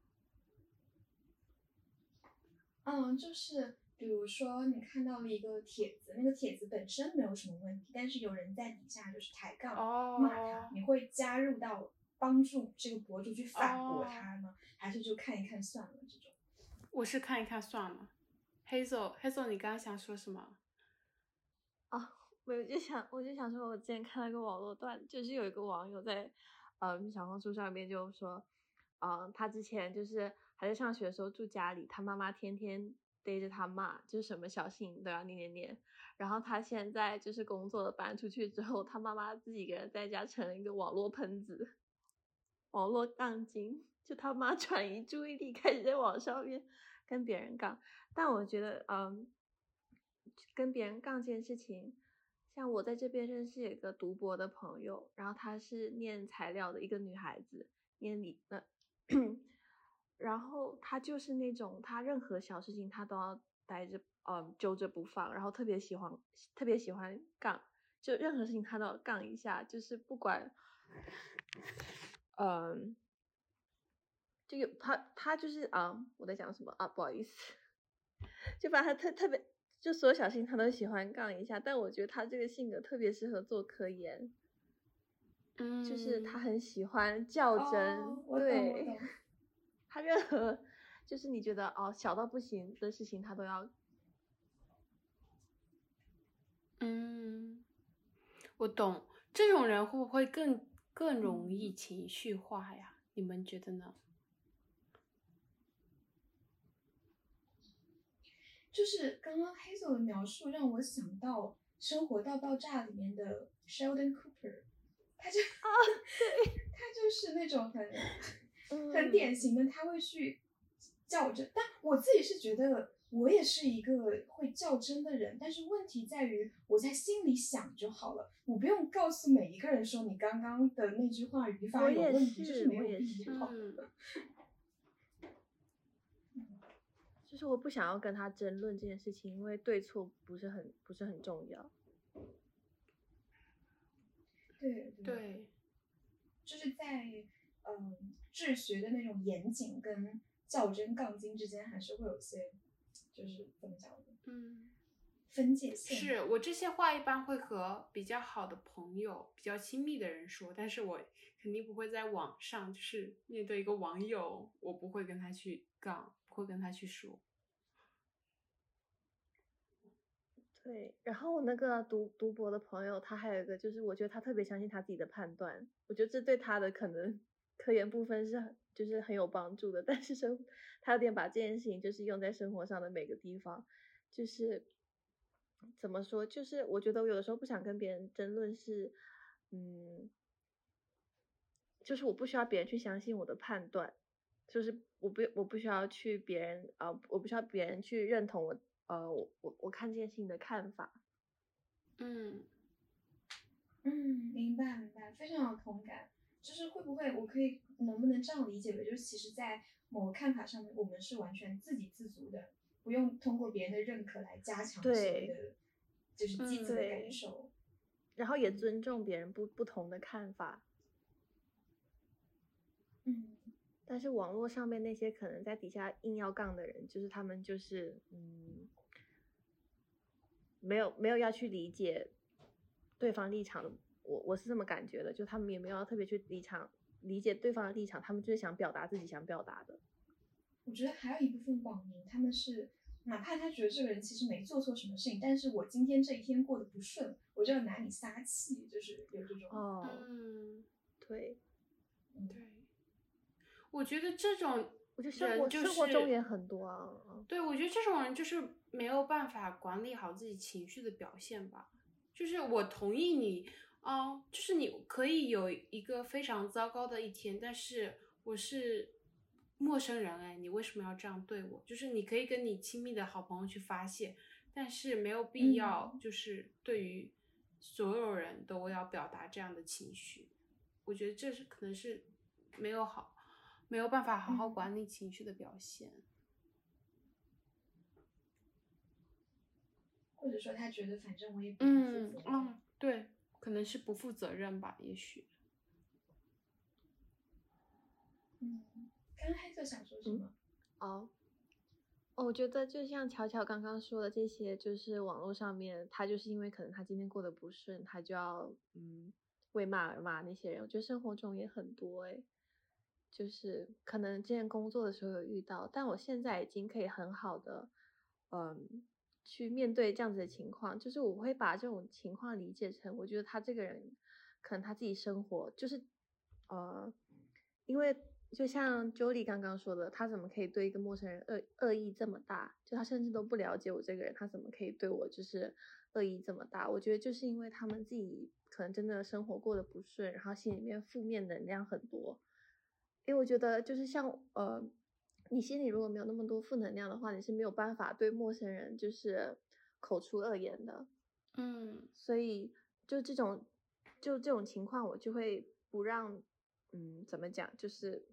Speaker 1: 嗯，就是比如说你看到了一个帖子，那个帖子本身没有什么问题，但是有人在底下就是抬杠、
Speaker 2: 哦、
Speaker 1: 骂他，你会加入到帮助这个博主去反驳他吗？哦、还是就看一看算了这种？
Speaker 2: 我是看一看算了。Hazel Hazel， 你刚刚想说什么？
Speaker 3: 啊，我就想，我就想说，我之前看到一个网络段，就是有一个网友在，嗯，小红书上面就说，嗯，他之前就是还在上学的时候住家里，他妈妈天天逮着他骂，就是什么小信都要念念念。然后他现在就是工作了，搬出去之后，他妈妈自己一个人在家成了一个网络喷子，网络杠精，就他妈转移注意力，开始在网上面跟别人杠。但我觉得，嗯，跟别人杠这件事情，像我在这边认识有一个读博的朋友，然后她是念材料的一个女孩子，念理呃。然后他就是那种，他任何小事情他都要待着，嗯，揪着不放，然后特别喜欢，特别喜欢杠，就任何事情他都要杠一下，就是不管，嗯，就有他他就是啊、嗯，我在讲什么啊？不好意思，就把他特特别，就所有小事情他都喜欢杠一下，但我觉得他这个性格特别适合做科研，
Speaker 2: 嗯，
Speaker 3: 就是他很喜欢较真，
Speaker 1: 哦、我懂
Speaker 3: 对。
Speaker 1: 我懂
Speaker 3: 他任何就是你觉得哦小到不行的事情，他都要。
Speaker 2: 嗯，我懂。这种人会不会更更容易情绪化呀？你们觉得呢？
Speaker 1: 就是刚刚黑手的描述让我想到《生活大爆炸》里面的 Sheldon Cooper， 他就
Speaker 3: 啊，对，
Speaker 1: 他就是那种很。
Speaker 3: 嗯、
Speaker 1: 很典型的，他会去较真。但我自己是觉得，我也是一个会较真的人。但是问题在于，我在心里想就好了，我不用告诉每一个人说你刚刚的那句话语法有问题，就是没有必要。
Speaker 3: 嗯、就是我不想要跟他争论这件事情，因为对错不是很不是很重要。
Speaker 1: 对
Speaker 2: 对，
Speaker 1: 就是在嗯治学的那种严谨跟较真杠精之间，还是会有些就是怎么讲呢？
Speaker 2: 嗯，
Speaker 1: 分界线。
Speaker 2: 是我这些话一般会和比较好的朋友、比较亲密的人说，但是我肯定不会在网上，就是面对一个网友，我不会跟他去杠，不会跟他去说。
Speaker 3: 对，然后我那个读读博的朋友，他还有一个就是，我觉得他特别相信他自己的判断，我觉得这对他的可能科研部分是很就是很有帮助的，但是生他有点把这件事情就是用在生活上的每个地方，就是怎么说，就是我觉得我有的时候不想跟别人争论是，嗯，就是我不需要别人去相信我的判断，就是我不我不需要去别人啊、呃，我不需要别人去认同我。呃，我我我看这件事情的看法，
Speaker 2: 嗯
Speaker 1: 嗯，明白明白，非常有同感。就是会不会，我可以能不能这样理解为，就是其实，在某个看法上面，我们是完全自给自足的，不用通过别人的认可来加强所谓的就是积极的感受，
Speaker 3: 嗯、然后也尊重别人不不同的看法。
Speaker 1: 嗯。
Speaker 3: 但是网络上面那些可能在底下硬要杠的人，就是他们就是嗯，没有没有要去理解对方立场的，我我是这么感觉的，就他们也没有要特别去立场理解对方的立场，他们就是想表达自己想表达的。
Speaker 1: 我觉得还有一部分网民，他们是哪怕他觉得这个人其实没做错什么事情，但是我今天这一天过得不顺，我就要拿你撒气，就是有这种。
Speaker 3: 哦，
Speaker 2: 嗯，
Speaker 3: 对，
Speaker 2: 对。我觉得这种
Speaker 3: 我觉得生活、
Speaker 2: 就是、
Speaker 3: 生活中也很多啊。
Speaker 2: 对，我觉得这种人就是没有办法管理好自己情绪的表现吧。就是我同意你，哦，就是你可以有一个非常糟糕的一天，但是我是陌生人哎，你为什么要这样对我？就是你可以跟你亲密的好朋友去发泄，但是没有必要就是对于所有人都要表达这样的情绪。我觉得这是可能是没有好。没有办法好好管理情绪的表现、嗯，
Speaker 1: 或者说他觉得反正我也不负责任。
Speaker 2: 嗯嗯，对，可能是不负责任吧，也许。
Speaker 1: 嗯，刚刚黑色想说什么？
Speaker 3: 嗯、哦，哦，我觉得就像巧巧刚刚说的这些，就是网络上面，他就是因为可能他今天过得不顺，他就要嗯为骂而骂那些人。我觉得生活中也很多诶。就是可能之前工作的时候有遇到，但我现在已经可以很好的，嗯，去面对这样子的情况。就是我会把这种情况理解成，我觉得他这个人可能他自己生活就是，呃，因为就像 Jolie 刚刚说的，他怎么可以对一个陌生人恶恶意这么大？就他甚至都不了解我这个人，他怎么可以对我就是恶意这么大？我觉得就是因为他们自己可能真的生活过得不顺，然后心里面负面能量很多。因为我觉得就是像呃，你心里如果没有那么多负能量的话，你是没有办法对陌生人就是口出恶言的。
Speaker 2: 嗯，
Speaker 3: 所以就这种就这种情况，我就会不让，嗯，怎么讲，就是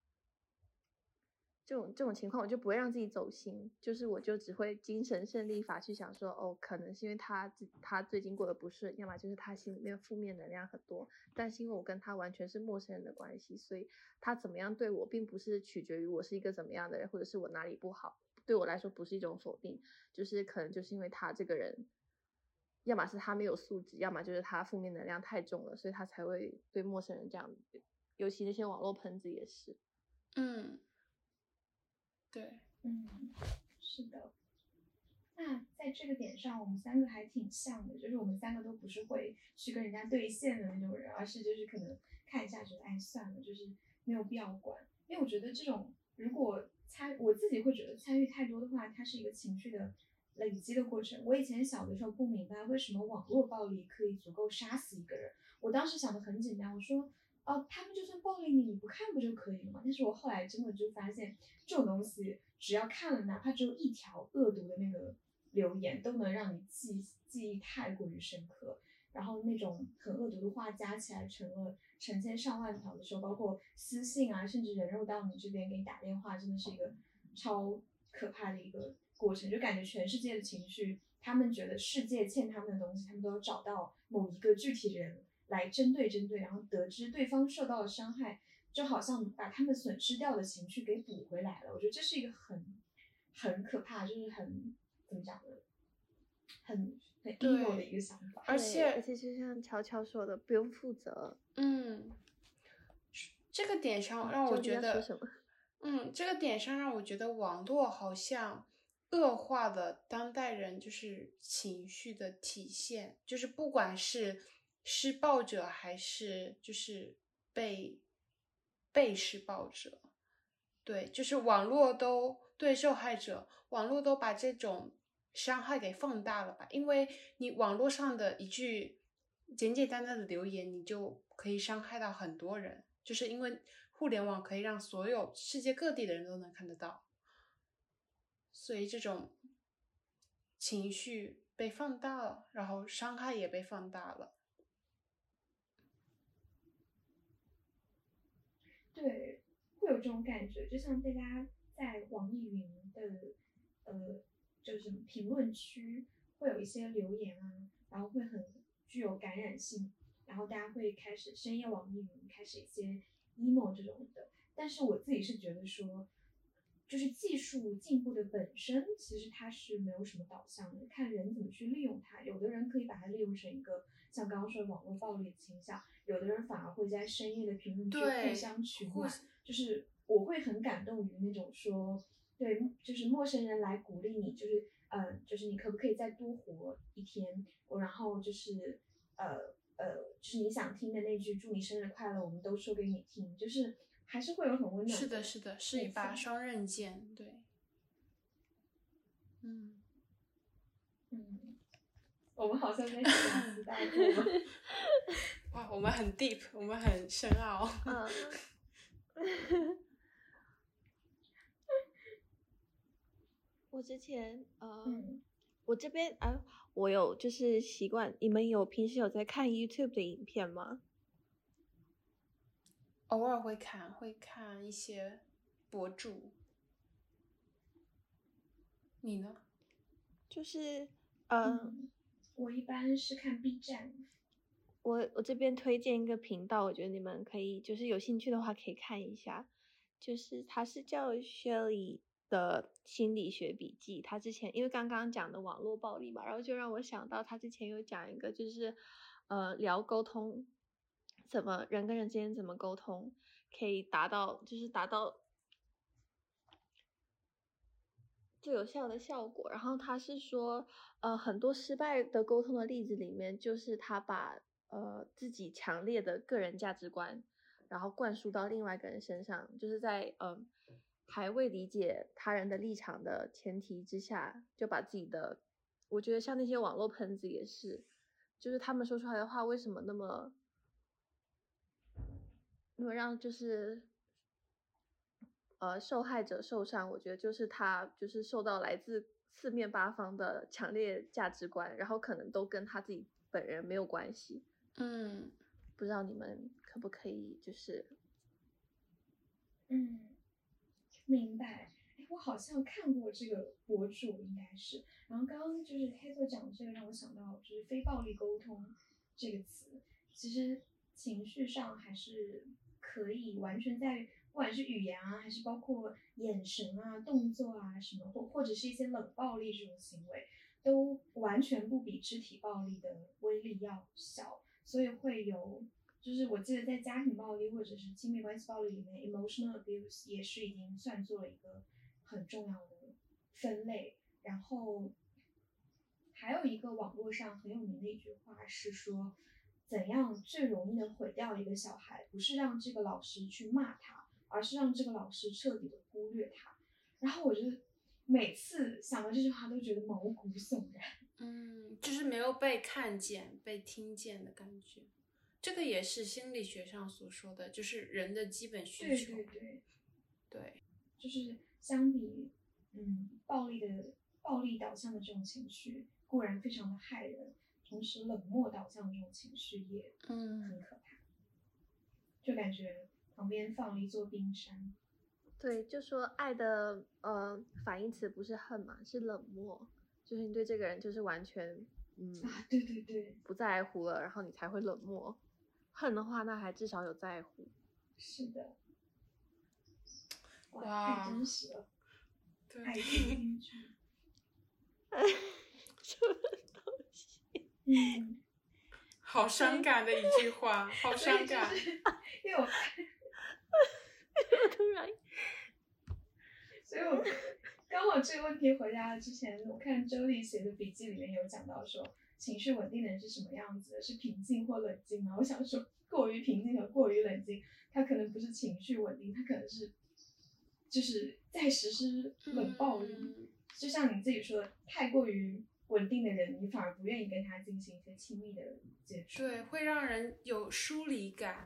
Speaker 3: 这种这种情况，我就不会让自己走心，就是我就只会精神胜利法去想说，哦，可能是因为他自他最近过得不顺，要么就是他心里面负面能量很多，但是因为我跟他完全是陌生人的关系，所以他怎么样对我，并不是取决于我是一个怎么样的人，或者是我哪里不好，对我来说不是一种否定，就是可能就是因为他这个人。要么是他没有素质，要么就是他负面能量太重了，所以他才会对陌生人这样，尤其那些网络喷子也是。
Speaker 2: 嗯，对，
Speaker 1: 嗯，是的。那在这个点上，我们三个还挺像的，就是我们三个都不是会去跟人家对线的那种人，而是就是可能看一下觉得哎算了，就是没有必要管。因为我觉得这种如果参，我自己会觉得参与太多的话，它是一个情绪的累积的过程。我以前小的时候不明白为什么网络暴力可以足够杀死一个人，我当时想的很简单，我说哦，他们就算暴力你，你不看不就可以了吗？但是我后来真的就发现，这种东西只要看了，哪怕只有一条恶毒的那个留言，都能让你记记忆太过于深刻。然后那种很恶毒的话加起来成了成千上万条的时候，包括私信啊，甚至人肉到你这边给你打电话，真的是一个超可怕的一个过程。就感觉全世界的情绪，他们觉得世界欠他们的东西，他们都要找到某一个具体人来针对针对，然后得知对方受到了伤害，就好像把他们损失掉的情绪给补回来了。我觉得这是一个很很可怕，就是很怎么讲呢，很很 emo 的一个想法。
Speaker 2: 而且
Speaker 3: 而且就像乔乔说的，不用负责。
Speaker 2: 嗯，这个点上让我觉得，嗯，这个点上让我觉得网络好像恶化了当代人就是情绪的体现，就是不管是施暴者还是就是被被施暴者，对，就是网络都对受害者，网络都把这种伤害给放大了吧？因为你网络上的一句简简单单的留言，你就可以伤害到很多人，就是因为互联网可以让所有世界各地的人都能看得到，所以这种情绪被放大了，然后伤害也被放大了。
Speaker 1: 对，会有这种感觉，就像大家在网易云的呃，就是评论区会有一些留言啊，然后会很具有感染性，然后大家会开始深夜网易云开始一些 emo 这种的。但是我自己是觉得说，就是技术进步的本身，其实它是没有什么导向的，看人怎么去利用它。有的人可以把它利用成一个像刚刚说的网络暴力的倾向，有的人反而会在深夜的评论区互相取暖。就是我会很感动于那种说，对，就是陌生人来鼓励你，就是呃，就是你可不可以再多活一天？我然后就是呃呃，就是你想听的那句祝你生日快乐，我们都说给你听，就是还是会有很温暖的。
Speaker 2: 是的，是的，是一把双刃剑，对。嗯
Speaker 1: 嗯，我们好像在瞎子大过。
Speaker 2: 哇，我们很 deep， 我们很深奥。
Speaker 3: 嗯。我之前呃，嗯、我这边啊，我有就是习惯，你们有平时有在看 YouTube 的影片吗？
Speaker 2: 偶尔会看，会看一些博主。你呢？
Speaker 3: 就是呃、
Speaker 1: 嗯，我一般是看 B 站。
Speaker 3: 我我这边推荐一个频道，我觉得你们可以就是有兴趣的话可以看一下，就是它是叫 Shelly 的心理学笔记。他之前因为刚刚讲的网络暴力嘛，然后就让我想到他之前有讲一个就是呃聊沟通，怎么人跟人之间怎么沟通可以达到就是达到最有效的效果。然后他是说呃很多失败的沟通的例子里面，就是他把呃自己强烈的个人价值观， 然后灌输到另外一个人身上，就是在嗯还未理解他人的立场的前提之下，就把自己的，我觉得像那些网络喷子也是，就是他们说出来的话为什么那么那么让就是呃受害者受伤，我觉得就是他就是受到来自四面八方的强烈价值观，然后可能都跟他自己本人没有关系。
Speaker 2: 嗯，
Speaker 3: 不知道你们可不可以就是
Speaker 1: 嗯，明白。哎，我好像看过这个博主，应该是。然后刚刚就是黑色讲这个，让我想到就是非暴力沟通这个词，其实情绪上还是可以完全在不管是语言啊，还是包括眼神啊、动作啊什么，或或者是一些冷暴力这种行为，都完全不比肢体暴力的威力要小，所以会有。就是我记得在家庭暴力或者是亲密关系暴力里面 ，emotional abuse 也是已经算作了一个很重要的分类。然后还有一个网络上很有名的一句话是说，怎样最容易的毁掉一个小孩，不是让这个老师去骂他，而是让这个老师彻底的忽略他。然后我就每次想到这句话都觉得毛骨悚然。
Speaker 2: 嗯，就是没有被看见、被听见的感觉。这个也是心理学上所说的，就是人的基本需求。
Speaker 1: 对对对，
Speaker 2: 对，
Speaker 1: 就是相比嗯暴力的暴力导向的这种情绪，固然非常的害人，同时冷漠导向的这种情绪也很可怕，嗯、就感觉旁边放了一座冰山。
Speaker 3: 对，就说爱的呃反义词不是恨嘛，是冷漠，就是你对这个人就是完全嗯
Speaker 1: 啊，对对对，
Speaker 3: 不在乎了，然后你才会冷漠。恨的话，那还至少有在乎。
Speaker 1: 是的，
Speaker 2: 哇，
Speaker 1: 太真实了，
Speaker 2: 对，
Speaker 1: 爱听进去。
Speaker 3: 什么东西？
Speaker 1: 嗯，
Speaker 2: 好伤感的一句话，好伤感。
Speaker 1: 就是、因为我，
Speaker 3: 我突然，
Speaker 1: 所以我刚好这个问题回答之前，我看周丽写的笔记里面有讲到说，情绪稳定的人是什么样子的？是平静或冷静吗？我想说，过于平静和过于冷静，他可能不是情绪稳定，他可能是就是在实施冷暴力。嗯、就像你自己说的，太过于稳定的人，你反而不愿意跟他进行一些亲密的接触。
Speaker 2: 对，会让人有疏离感。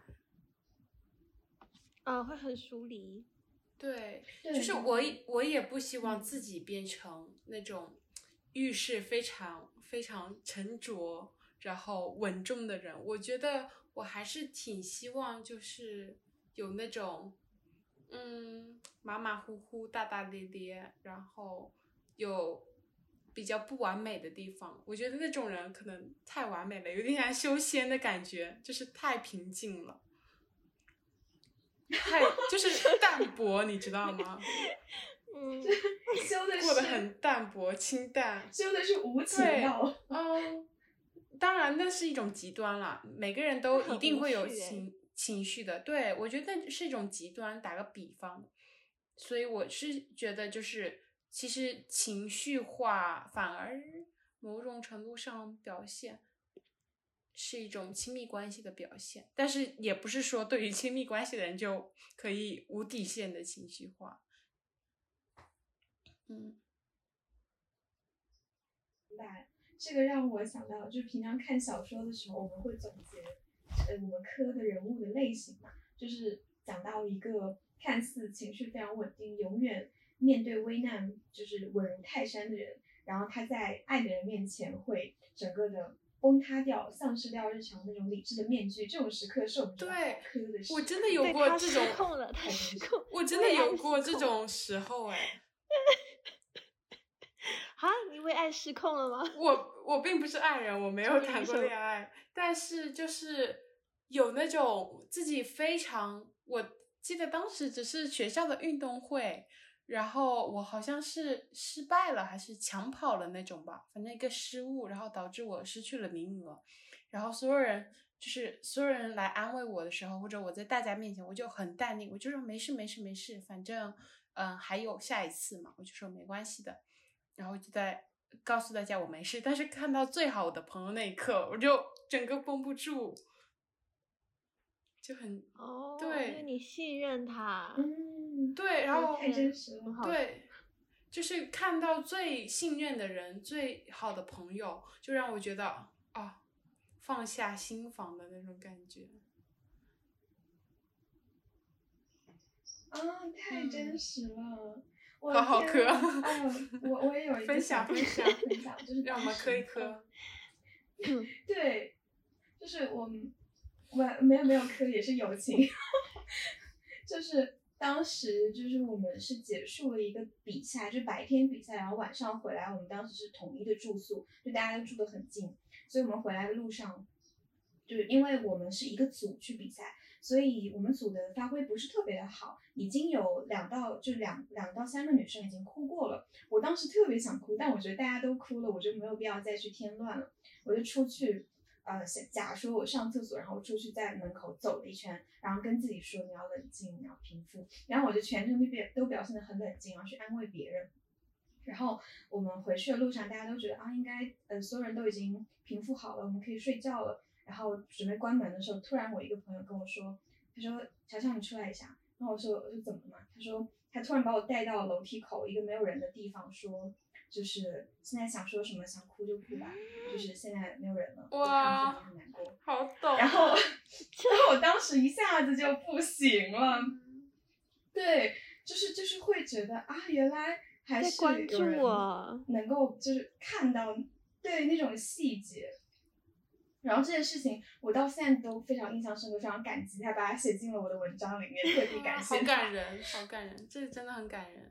Speaker 3: 啊、呃，会很疏离。
Speaker 2: 对，就是我我也不希望自己变成那种遇事非常非常沉着然后稳重的人。我觉得我还是挺希望就是有那种嗯马马虎虎大大咧咧，然后有比较不完美的地方。我觉得那种人可能太完美了，有点像修仙的感觉，就是太平静了，太就是淡薄，你知道吗？
Speaker 3: 嗯，
Speaker 1: 修的是
Speaker 2: 过得很淡薄清淡，
Speaker 1: 修的是无情道。
Speaker 2: 嗯，当然那是一种极端啦，每个人都一定会有情情绪的。对，我觉得是一种极端，打个比方，所以我是觉得就是其实情绪化反而某种程度上表现是一种亲密关系的表现，但是也不是说对于亲密关系的人就可以无底线的情绪化。嗯，
Speaker 1: 明白。这个让我想到，就是平常看小说的时候，我们会总结，呃，我们科的人物的类型嘛，就是讲到一个看似情绪非常稳定，永远面对危难就是稳如泰山的人，然后他在爱的人面前会整个的崩塌掉，丧失掉日常那种理智的面具。这种时刻是我们觉得好磕的时刻。
Speaker 2: 我真的有过这种，
Speaker 3: 失控了，他失控，
Speaker 2: 我真的有过这种时候哎。
Speaker 3: 哈，你为爱失控了吗？
Speaker 2: 我我并不是爱人，我没有谈过恋爱，但是就是有那种自己非常，我记得当时只是学校的运动会，然后我好像是失败了还是抢跑了那种吧，反正一个失误，然后导致我失去了名额，然后所有人就是所有人来安慰我的时候，或者我在大家面前，我就很淡定，我就说没事没事没事，反正嗯还有下一次嘛，我就说没关系的。然后就在告诉大家我没事，但是看到最好的朋友那一刻，我就整个绷不住， 就很
Speaker 3: 哦，
Speaker 2: 对，
Speaker 3: 因为你信任他，
Speaker 1: 嗯，
Speaker 2: 对，然后
Speaker 1: 太真实了，
Speaker 2: 对，就是看到最信任的人、最好的朋友，就让我觉得啊、哦，放下心防的那种感觉。
Speaker 1: 啊，太真实了。
Speaker 2: 嗯
Speaker 1: 我
Speaker 2: 好好磕。
Speaker 1: 哦，我我也有一个
Speaker 2: 分享分享
Speaker 1: 分享，就是
Speaker 2: 让我们磕一磕。
Speaker 1: 对，就是我们我没有没有磕，也是友情。就是当时就是我们是结束了一个比赛，就白天比赛，然后晚上回来，我们当时是统一的住宿，就大家都住得很近，所以我们回来的路上，就是因为我们是一个组去比赛。所以我们组的发挥不是特别的好，已经有两到就两两到三个女生已经哭过了。我当时特别想哭，但我觉得大家都哭了，我就没有必要再去添乱了。我就出去，呃，假说我上厕所，然后出去在门口走了一圈，然后跟自己说你要冷静，你要平复。然后我就全程都表都表现得很冷静，然后去安慰别人。然后我们回去的路上，大家都觉得啊，应该呃所有人都已经平复好了，我们可以睡觉了。然后准备关门的时候，突然我一个朋友跟我说，他说：“乔乔，你出来一下。”然后我说：“我说怎么了嘛？”他说他突然把我带到楼梯口一个没有人的地方，说就是现在想说什么，想哭就哭吧，就是现在没有人了，
Speaker 2: 哇，
Speaker 1: 我看着你很难过，
Speaker 2: 好懂。
Speaker 1: 然后，然后我当时一下子就不行了，对，就是就是会觉得啊，原来还是有人能够就是看到对那种细节。然后这件事情我到现在都非常印象深刻，非常感激他，把它写进了我的文章里面，特别感谢他。
Speaker 2: 好感人，好感人，这真的很感人。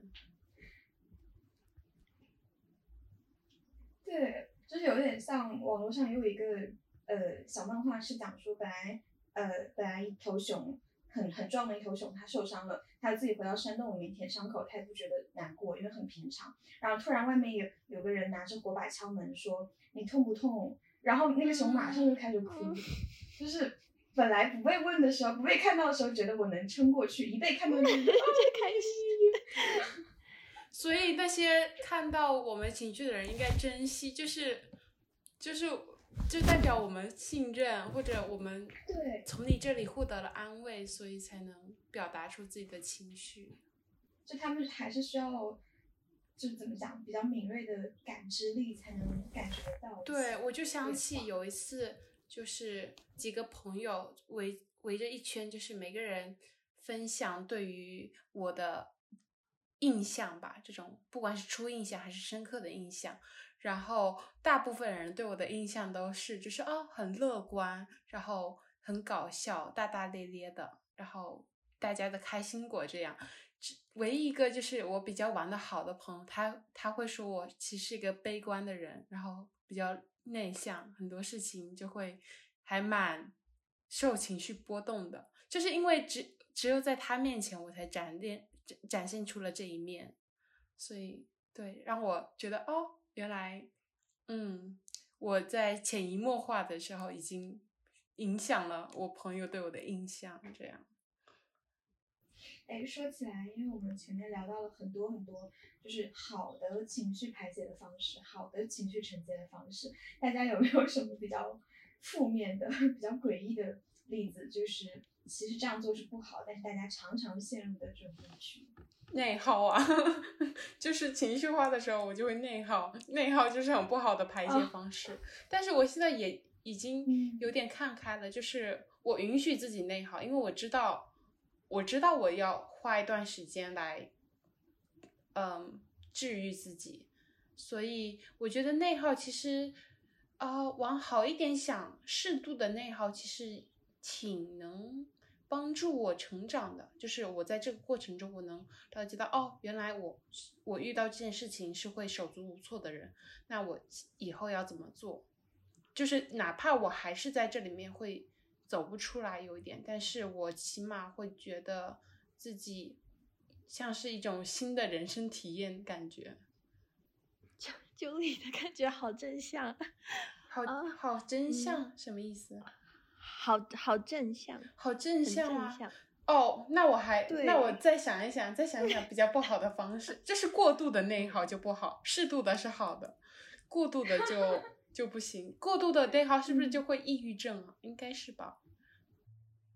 Speaker 1: 对，就是有点像网络上有一个呃小漫画，是讲说本来呃本来一头熊很很壮的一头熊，它受伤了，它自己回到山洞里面舔伤口，它也不觉得难过，因为很平常。然后突然外面有有个人拿着火把敲门说：“你痛不痛？”然后那个熊马上就开始哭，嗯、就是本来不被问的时候，不被看到的时候，觉得我能撑过去，一被看到就、嗯、就
Speaker 3: 开心。
Speaker 2: 所以那些看到我们情绪的人应该珍惜，就是就是就代表我们信任，或者我们
Speaker 1: 对
Speaker 2: 从你这里获得了安慰，所以才能表达出自己的情绪。
Speaker 1: 就他们还是需要。就怎么讲，比较敏锐的感知力才能感觉到。
Speaker 2: 对，我就想起有一次，就是几个朋友围围着一圈，就是每个人分享对于我的印象吧，这种不管是初印象还是深刻的印象。然后大部分人对我的印象都是，就是哦很乐观，然后很搞笑，大大咧咧的，然后大家的开心果这样。唯一一个就是我比较玩的好的朋友，他他会说我其实是一个悲观的人，然后比较内向，很多事情就会还蛮受情绪波动的，就是因为只只有在他面前我才展现展现出了这一面，所以对让我觉得哦，原来嗯我在潜移默化的时候已经影响了我朋友对我的印象，这样。
Speaker 1: 哎，说起来，因为我们前面聊到了很多很多，就是好的情绪排解的方式，好的情绪承接的方式，大家有没有什么比较负面的、比较诡异的例子？就是其实这样做是不好，但是大家常常陷入的这种误区。
Speaker 2: 内耗啊，就是情绪化的时候我就会内耗，内耗就是很不好的排解方式。哦、但是我现在也已经有点看开了，就是我允许自己内耗，因为我知道。我知道我要花一段时间来嗯治愈自己，所以我觉得内耗其实呃往好一点想，适度的内耗其实挺能帮助我成长的，就是我在这个过程中我能了解到哦，原来我我遇到这件事情是会手足无措的人，那我以后要怎么做，就是哪怕我还是在这里面会走不出来有一点，但是我起码会觉得自己像是一种新的人生体验感觉。
Speaker 3: 就你的感觉好正向，
Speaker 2: 好、啊、好真相、嗯、什么意思？
Speaker 3: 好好正向，
Speaker 2: 好正向啊！
Speaker 3: 正向
Speaker 2: 哦，那我还那我再想一想，再想一想比较不好的方式，就是过度的内耗就不好，适度的是好的，过度的就。就不行，过度的内耗是不是就会抑郁症啊？应该是吧。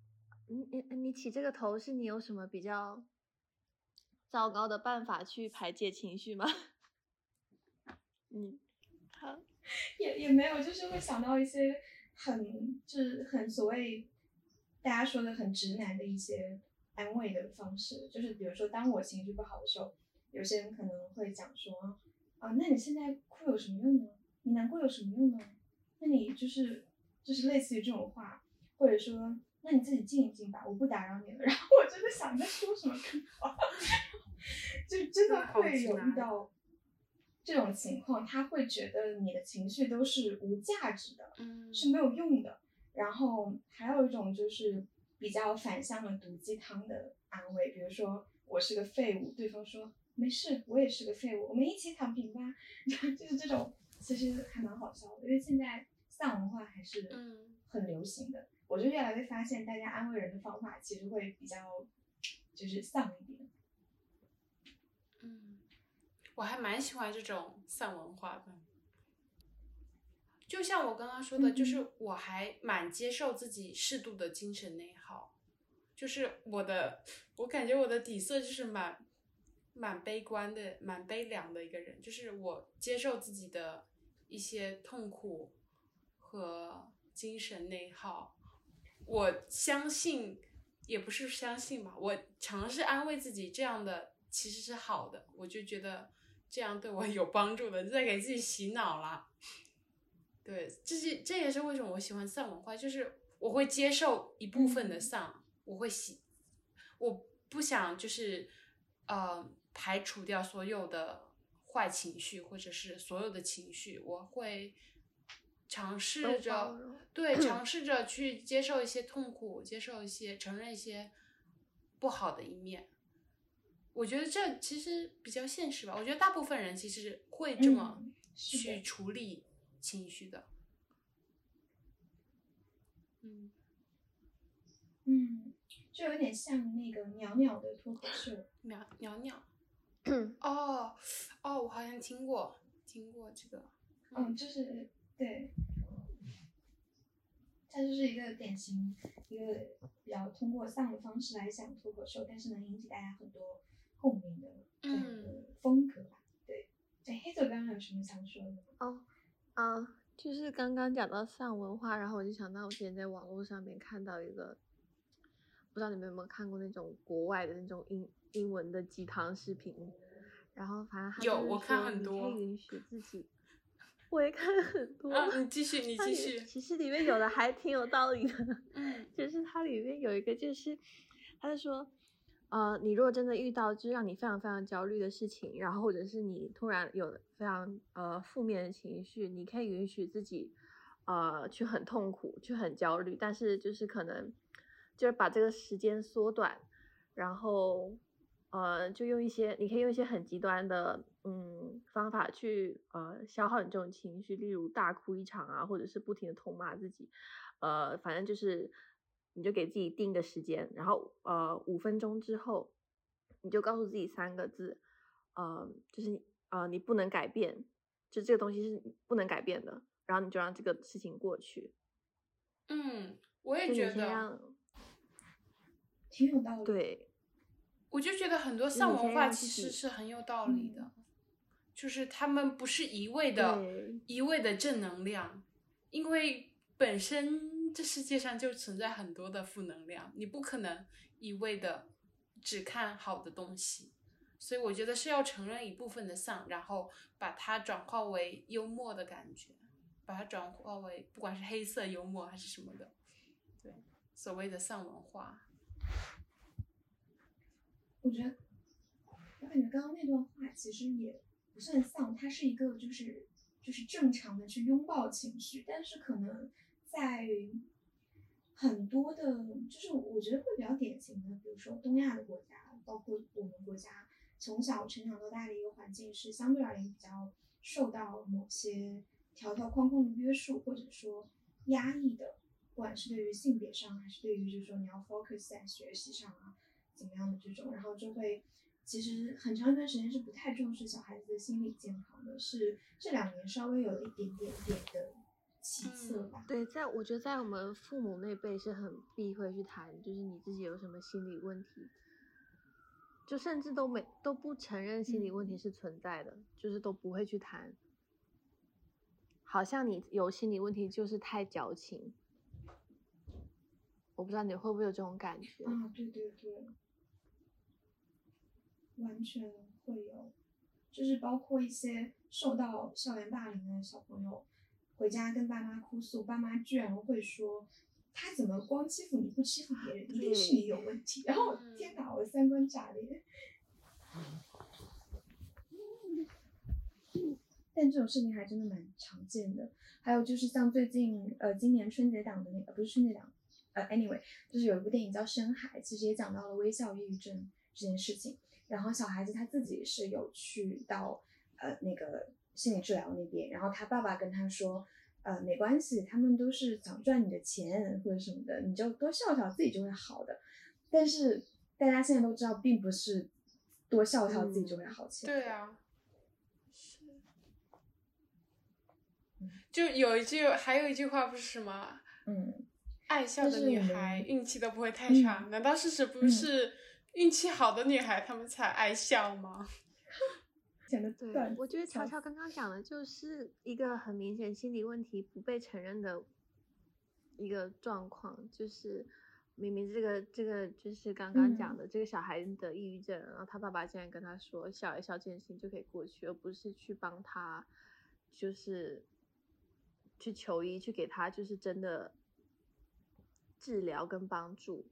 Speaker 3: 你你你起这个头是你有什么比较糟糕的办法去排解情绪吗？嗯，好，
Speaker 1: 也也没有，就是会想到一些很就是很所谓大家说的很直男的一些安慰的方式，就是比如说当我情绪不好的时候，有些人可能会讲说啊，那你现在哭有什么用呢？你难过有什么用呢？那你就是就是类似于这种话，或者说那你自己静一静吧，我不打扰你了。然后我真的想在说什么更好，就真的会有遇到这种情况，他会觉得你的情绪都是无价值的，
Speaker 2: 嗯，
Speaker 1: 是没有用的。然后还有一种就是比较反向的毒鸡汤的安慰，比如说我是个废物，对方说没事，我也是个废物，我们一起躺平吧。就是这种其实还蛮好笑的，因为现在丧文化还是很流行的。我就越来越发现，大家安慰人的方法其实会比较就是丧一点。
Speaker 2: 嗯，我还蛮喜欢这种丧文化的。就像我刚刚说的，
Speaker 1: 嗯、
Speaker 2: 就是我还蛮接受自己适度的精神内耗。就是我的，我感觉我的底色就是蛮蛮悲观的，蛮悲凉的一个人。就是我接受自己的一些痛苦和精神内耗，我相信，也不是相信吧，我尝试安慰自己，这样的其实是好的，我就觉得这样对我有帮助的，在给自己洗脑了。对，这是这也是为什么我喜欢丧文化，就是我会接受一部分的丧，嗯、我会喜，我不想就是呃排除掉所有的坏情绪或者是所有的情绪，我会尝试着对尝试着去接受一些痛苦，接受一些承认一些不好的一面。我觉得这其实比较现实吧，我觉得大部分人其实会这么去处理情绪的。嗯
Speaker 1: 嗯，就有点像那个袅袅的脱口秀。
Speaker 2: 袅袅袅，哦哦，我好像听过听过这个。
Speaker 1: 嗯，嗯就是对，它就是一个典型一个比较通过丧的方式来讲脱口秀，但是能引起大家很多共鸣的这样的风格吧。嗯、对，哎，黑豆刚刚有什么想说的吗？
Speaker 3: 哦，啊，就是刚刚讲到丧文化，然后我就想到我之前在网络上面看到一个，不知道你们有没有看过那种国外的那种英英文的鸡汤视频，然后反正他
Speaker 2: 有我看很多，
Speaker 3: 你可以允许自己。我也看很多
Speaker 2: 啊，你继续，你继续。
Speaker 3: 其实里面有的还挺有道理的，
Speaker 2: 嗯，
Speaker 3: 就是它里面有一个，就是他就说，呃，你如果真的遇到就是让你非常非常焦虑的事情，然后或者是你突然有非常呃负面的情绪，你可以允许自己呃去很痛苦，去很焦虑，但是就是可能就是把这个时间缩短，然后呃就用一些你可以用一些很极端的。嗯，方法去呃消耗你这种情绪，例如大哭一场啊，或者是不停的痛骂自己，呃，反正就是你就给自己定个时间，然后呃五分钟之后，你就告诉自己三个字，呃，就是呃你不能改变，就这个东西是不能改变的，然后你就让这个事情过去。
Speaker 2: 嗯，我也觉得
Speaker 1: 挺有道理。
Speaker 3: 对，
Speaker 2: 我就觉得很多丧文化其实是很有道理的。就是他们不是一味的一味的正能量，因为本身这世界上就存在很多的负能量，你不可能一味的只看好的东西，所以我觉得是要承认一部分的丧，然后把它转化为幽默的感觉，把它转化为不管是黑色幽默还是什么的，对，所谓的丧文化。
Speaker 1: 我觉得我感觉刚刚那段话其实也不算丧，它是一个就是就是正常的去拥抱情绪，但是可能在很多的，就是我觉得会比较典型的，比如说东亚的国家，包括我们国家，从小成长到大的一个环境是相对而言比较受到某些条条框框的约束，或者说压抑的，不管是对于性别上，还是对于就是说你要 focus 在学习上啊，怎么样的这种，然后就会。其实很长一段时间是不太重视小孩子的心理健康的，是这两年稍微有一点点点的起色吧。
Speaker 3: 对，在我觉得在我们父母那辈是很避讳去谈，就是你自己有什么心理问题，就甚至都没都不承认心理问题是存在的，嗯、就是都不会去谈。好像你有心理问题就是太矫情，我不知道你会不会有这种感觉
Speaker 1: 啊？对对对，完全会有，就是包括一些受到校园霸凌的小朋友，回家跟爸妈哭诉，爸妈居然会说他怎么光欺负你不欺负别人，一定是你有问题。然后天哪，我三观炸裂。但这种事情还真的蛮常见的。还有就是像最近呃今年春节档的那个不是春节档，呃 anyway 就是有一部电影叫《深海》，其实也讲到了微笑抑郁症这件事情。然后小孩子他自己是有去到呃那个心理治疗那边，然后他爸爸跟他说，呃没关系，他们都是想赚你的钱或者什么的，你就多笑笑，自己就会好的。但是大家现在都知道，并不是多笑笑自己就会好起来、
Speaker 2: 嗯。对啊。就有一句，还有一句话不是什么，
Speaker 1: 嗯，
Speaker 2: 爱笑的女孩运气都不会太差。
Speaker 1: 嗯、
Speaker 2: 难道事实不是运气好的女孩她们才爱笑吗？
Speaker 3: 对，我觉得乔乔刚刚讲的就是一个很明显心理问题不被承认的一个状况，就是明明这个这个就是刚刚讲的、嗯、这个小孩子的抑郁症，然后他爸爸竟然跟他说笑一笑这件事情就可以过去，而不是去帮他就是去求医，去给他就是真的治疗跟帮助。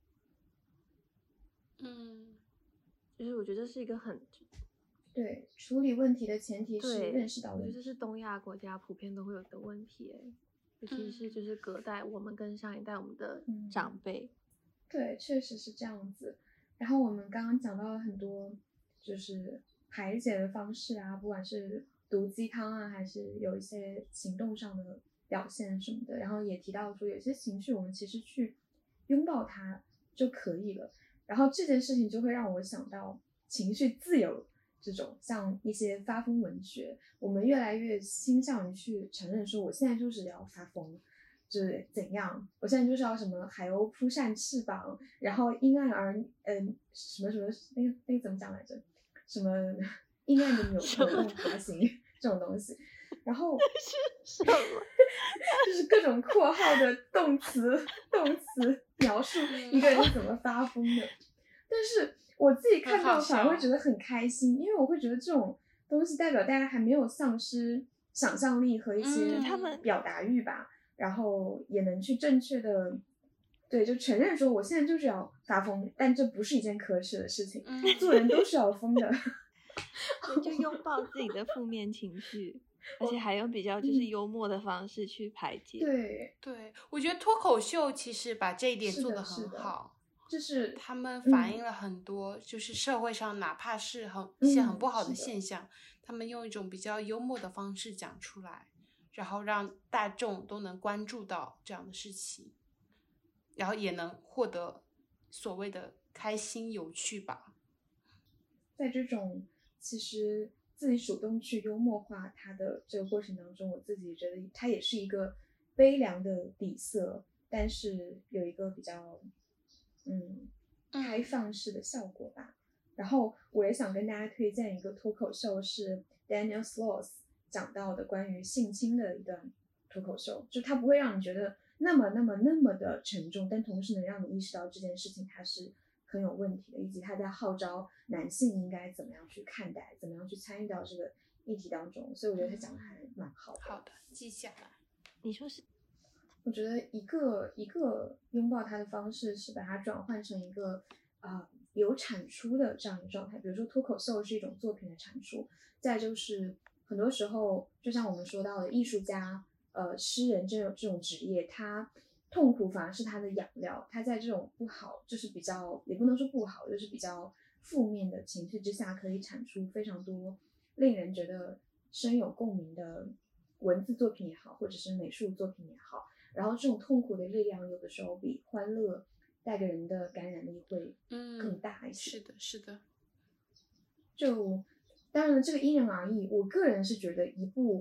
Speaker 2: 嗯，
Speaker 3: 就是我觉得这是一个很
Speaker 1: 对处理问题的前提是认识到问题。
Speaker 3: 我觉得这是东亚国家普遍都会有的问题，尤其是就是隔代我们跟上一代我们的长辈、
Speaker 1: 嗯、对，确实是这样子。然后我们刚刚讲到了很多就是排解的方式啊，不管是毒鸡汤啊，还是有一些行动上的表现什么的，然后也提到说有些情绪我们其实去拥抱它就可以了。然后这件事情就会让我想到情绪自由这种，像一些发疯文学，我们越来越倾向于去承认说我现在就是要发疯，就是怎样，我现在就是要什么海鸥扑扇翅膀，然后阴暗而嗯什么什么那个那个怎么讲来着，什么阴暗的扭扭动爬行这种东西，然后
Speaker 3: 是什么
Speaker 1: 就是各种括号的动词动词描述一个人是怎么发疯的。但是我自己看到反而会觉得很开心，因为我会觉得这种东西代表大家还没有丧失想象力和一些表达欲吧、嗯、然后也能去正确的对就承认说我现在就是要发疯，但这不是一件可耻的事情、嗯、做人都是要疯的
Speaker 3: 就拥抱自己的负面情绪而且还用比较就是幽默的方式去排解、
Speaker 1: 嗯、对
Speaker 2: 对，我觉得脱口秀其实把这一点做得很好，
Speaker 1: 就是
Speaker 2: 他们反映了很多、嗯、就是社会上哪怕是很一些很不好的现象、嗯、他们用一种比较幽默的方式讲出来，然后让大众都能关注到这样的事情，然后也能获得所谓的开心有趣吧。
Speaker 1: 在这种其实自己主动去幽默化它的这个过程当中，我自己觉得它也是一个悲凉的底色，但是有一个比较嗯，开放式的效果吧、嗯、然后我也想跟大家推荐一个脱口秀，是 Daniel Sloss 讲到的关于性侵的一段脱口秀，就它不会让你觉得那么那么那么的沉重，但同时能让你意识到这件事情它是很有问题的，以及他在号召男性应该怎么样去看待，怎么样去参与到这个议题当中，所以我觉得他讲的还蛮好的、
Speaker 2: 嗯、好的，记下来。
Speaker 3: 你说是
Speaker 1: 我觉得一个一个拥抱它的方式是把它转换成一个呃有产出的这样一个状态，比如说脱口秀是一种作品的产出，再就是很多时候就像我们说到的艺术家呃诗人这种这种职业，他痛苦反而是他的养料，他在这种不好就是比较也不能说不好，就是比较负面的情绪之下可以产出非常多令人觉得深有共鸣的文字作品也好，或者是美术作品也好，然后这种痛苦的力量有的时候比欢乐带给人的感染力会更大一些、
Speaker 2: 嗯、是的是的。
Speaker 1: 就当然这个因人而异，我个人是觉得一部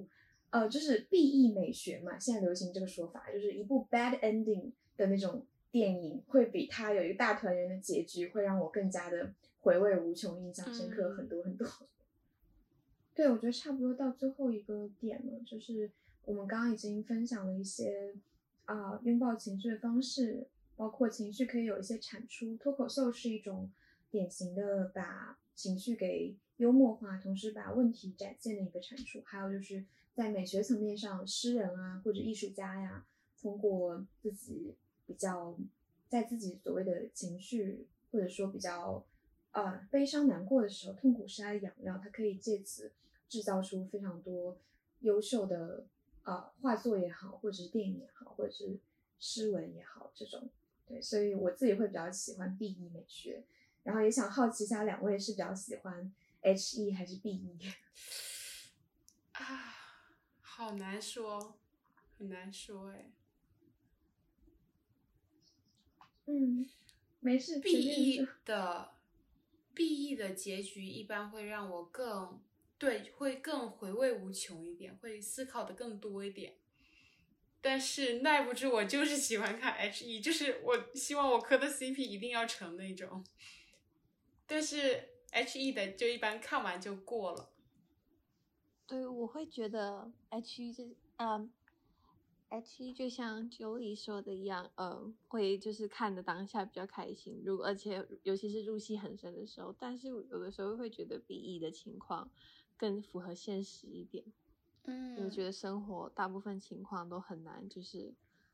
Speaker 1: 呃，就是 B E 美学嘛，现在流行这个说法，就是一部 bad ending 的那种电影，会比它有一个大团圆的结局，会让我更加的回味无穷，印象深刻很多很多。嗯、对，我觉得差不多到最后一个点了，就是我们刚刚已经分享了一些啊、呃、拥抱情绪的方式，包括情绪可以有一些产出，脱口秀是一种典型的把情绪给幽默化，同时把问题展现的一个产出。还有就是在美学层面上，诗人啊或者艺术家呀，通过自己比较在自己所谓的情绪或者说比较呃悲伤难过的时候，痛苦是他的养料，他可以借此制造出非常多优秀的呃画作也好，或者是电影也好，或者是诗文也好，这种对，所以我自己会比较喜欢 B E 美学。然后也想好奇一下，两位是比较喜欢 H E 还是 B E？
Speaker 2: 啊，好难说，很难说哎。
Speaker 1: 嗯，没事。
Speaker 2: B E 的 B E 的结局一般会让我更对，会更回味无穷一点，会思考的更多一点。但是耐不住我就是喜欢看 H E， 就是我希望我磕的 C P 一定要成那种。但是 H E 的就一般看完就过了。
Speaker 3: 对，我会觉得 H E 这嗯 H E 就像 Jolie 说的一样，嗯，会就是看的当下比较开心，如而且尤其是入戏很深的时候。但是有的时候会觉得 B E 的情况更符合现实一点。
Speaker 2: 嗯，
Speaker 3: 我觉得生活大部分情况都很难，就是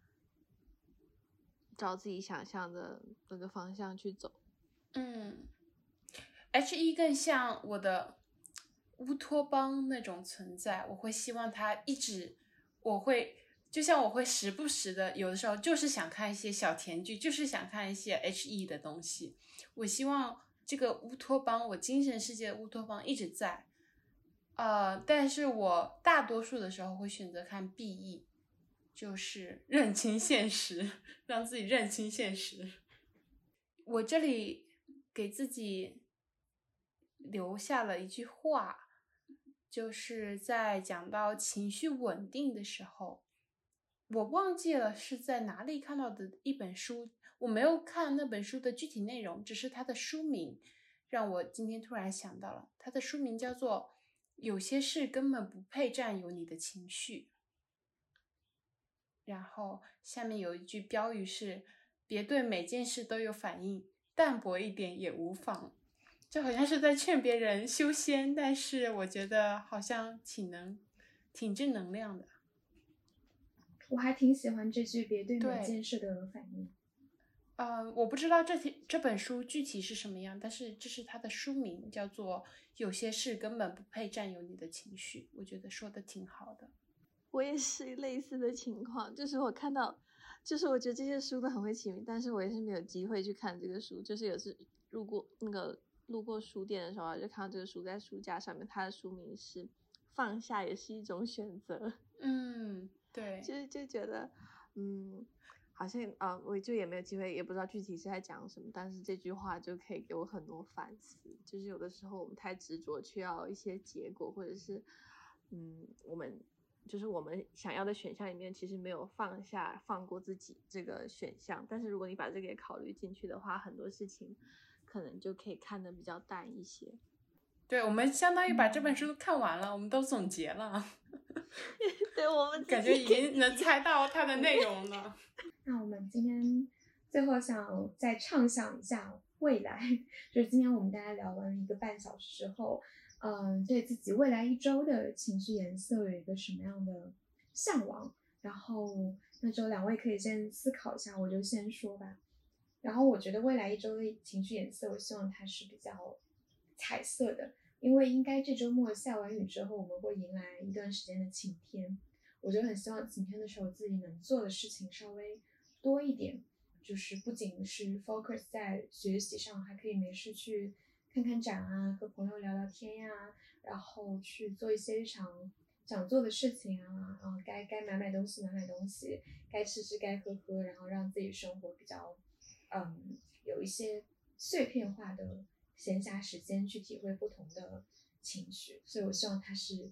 Speaker 3: 照自己想象的那个方向去走。
Speaker 2: 嗯 ，H E 更像我的乌托邦那种存在，我会希望它一直，我会就像我会时不时的，有的时候就是想看一些小甜剧，就是想看一些 H E 的东西。我希望这个乌托邦，我精神世界的乌托邦一直在。呃，但是我大多数的时候会选择看 B E， 就是认清现实，让自己认清现实。我这里给自己留下了一句话，就是在讲到情绪稳定的时候，我忘记了是在哪里看到的一本书，我没有看那本书的具体内容，只是它的书名让我今天突然想到了，它的书名叫做有些事根本不配占有你的情绪。然后下面有一句标语是别对每件事都有反应，淡薄一点也无妨。就好像是在劝别人修仙，但是我觉得好像挺能挺正能量的。
Speaker 1: 我还挺喜欢这句别对每件事都有反应。
Speaker 2: 呃，我不知道这这本书具体是什么样，但是这是它的书名，叫做有些事根本不配占有你的情绪，我觉得说的挺好的。
Speaker 3: 我也是类似的情况，就是我看到，就是我觉得这些书都很会起名，但是我也是没有机会去看这个书，就是有次路过那个路过书店的时候，就看到这个书在书架上面，它的书名是放下也是一种选择。
Speaker 2: 嗯，对，
Speaker 3: 就是就觉得，嗯，好像啊、呃，我就也没有机会，也不知道具体是在讲什么，但是这句话就可以给我很多反思。就是有的时候我们太执着，去要一些结果，或者是，嗯，我们就是我们想要的选项里面，其实没有放下、放过自己这个选项。但是如果你把这个也考虑进去的话，很多事情可能就可以看得比较淡一些。
Speaker 2: 对，我们相当于把这本书看完了，我们都总结了。
Speaker 3: 对，我们
Speaker 2: 感觉已经能猜到它的内容了。
Speaker 1: 那我们今天最后想再畅想一下未来，就是今天我们大家聊完一个半小时之后，嗯，对自己未来一周的情绪颜色有一个什么样的向往？然后那就两位可以先思考一下，我就先说吧。然后我觉得未来一周的情绪颜色，我希望它是比较彩色的，因为应该这周末下完雨之后，我们会迎来一段时间的晴天。我就很希望晴天的时候自己能做的事情稍微多一点，就是不仅是 focus 在学习上，还可以没事去看看展啊，和朋友聊聊天呀、啊，然后去做一些日常想做的事情啊，然后该该买买东西买买东西，该吃吃该喝喝，然后让自己生活比较嗯有一些碎片化的闲暇时间去体会不同的情绪，所以我希望它是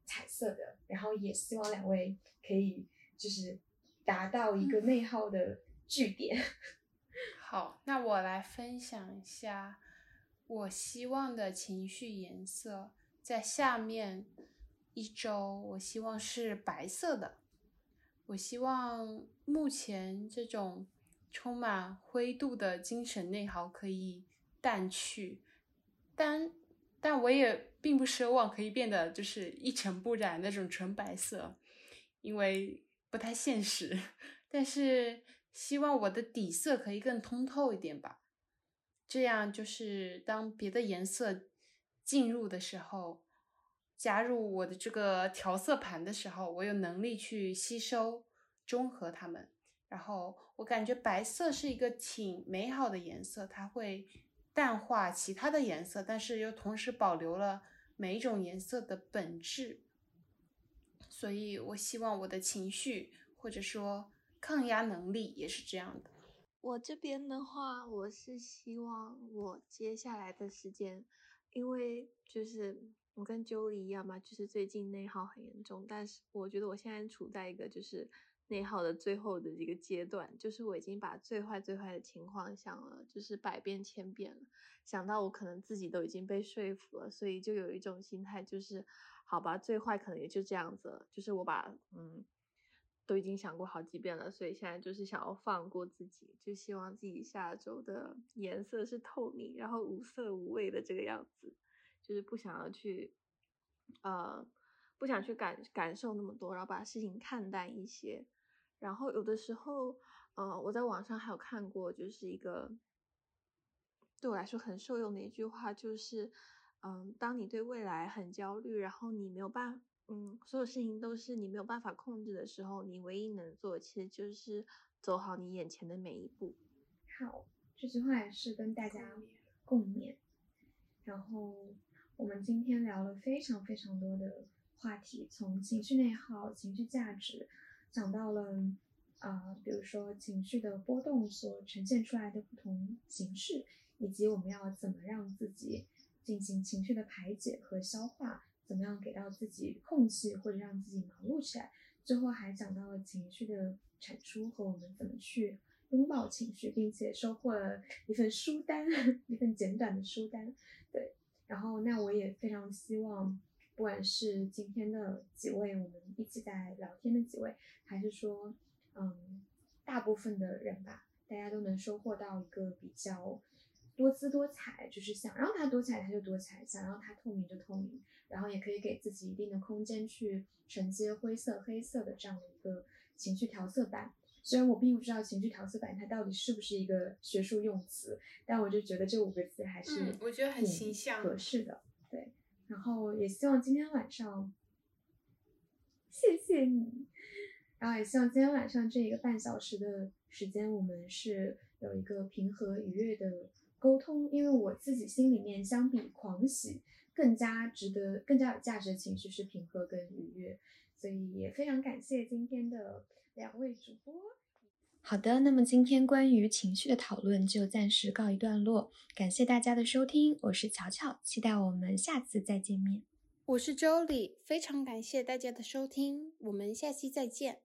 Speaker 1: 彩色的，然后也希望两位可以就是达到一个内耗的据点。
Speaker 2: 好，那我来分享一下我希望的情绪颜色。在下面一周，我希望是白色的。我希望目前这种充满灰度的精神内耗可以淡去，但但我也并不奢望可以变得就是一尘不染那种纯白色，因为不太现实。但是希望我的底色可以更通透一点吧，这样就是当别的颜色进入的时候，加入我的这个调色盘的时候，我有能力去吸收中和它们。然后我感觉白色是一个挺美好的颜色，它会淡化其他的颜色，但是又同时保留了每一种颜色的本质。所以我希望我的情绪或者说抗压能力也是这样的。
Speaker 3: 我这边的话，我是希望我接下来的时间，因为就是我跟 Jolie 一样嘛，就是最近内耗很严重，但是我觉得我现在处在一个就是内耗的最后的一个阶段，就是我已经把最坏最坏的情况想了，就是百遍千遍了，想到我可能自己都已经被说服了，所以就有一种心态，就是好吧，最坏可能也就这样子了，就是我把嗯。都已经想过好几遍了，所以现在就是想要放过自己，就希望自己下周的颜色是透明，然后无色无味的这个样子，就是不想要去，呃，不想去感感受那么多，然后把事情看淡一些。然后有的时候，呃，我在网上还有看过，就是一个对我来说很受用的一句话，就是，嗯，当你对未来很焦虑，然后你没有办法。嗯，所有事情都是你没有办法控制的时候，你唯一能做的其实就是走好你眼前的每一步。
Speaker 1: 好，这句话也是跟大家共勉。然后我们今天聊了非常非常多的话题，从情绪内耗、情绪价值，讲到了呃，比如说情绪的波动所呈现出来的不同形式，以及我们要怎么让自己进行情绪的排解和消化。怎么样给到自己空隙，或者让自己忙碌起来。最后还讲到了情绪的产出和我们怎么去拥抱情绪，并且收获了一份书单，一份简短的书单。对，然后那我也非常希望，不管是今天的几位我们一起在聊天的几位，还是说，嗯，大部分的人吧，大家都能收获到一个比较多姿多彩，就是想让它多彩它就多彩，想让它透明就透明，然后也可以给自己一定的空间去承接灰色、黑色的这样的一个情绪调色板。虽然我并不知道情绪调色板它到底是不是一个学术用词，但我就觉得这五个字还是
Speaker 2: 嗯，我觉得很形象
Speaker 1: 合适的。对，然后也希望今天晚上，谢谢你。然后也希望今天晚上这个半小时的时间，我们是有一个平和愉悦的沟通，因为我自己心里面相比狂喜更加值得更加有价值的情绪是平和跟愉悦，所以也非常感谢今天的两位主播。好的，那么今天关于情绪的讨论就暂时告一段落，感谢大家的收听，我是乔乔，期待我们下次再见面。
Speaker 2: 我是 Jolie， 非常感谢大家的收听，我们下期再见。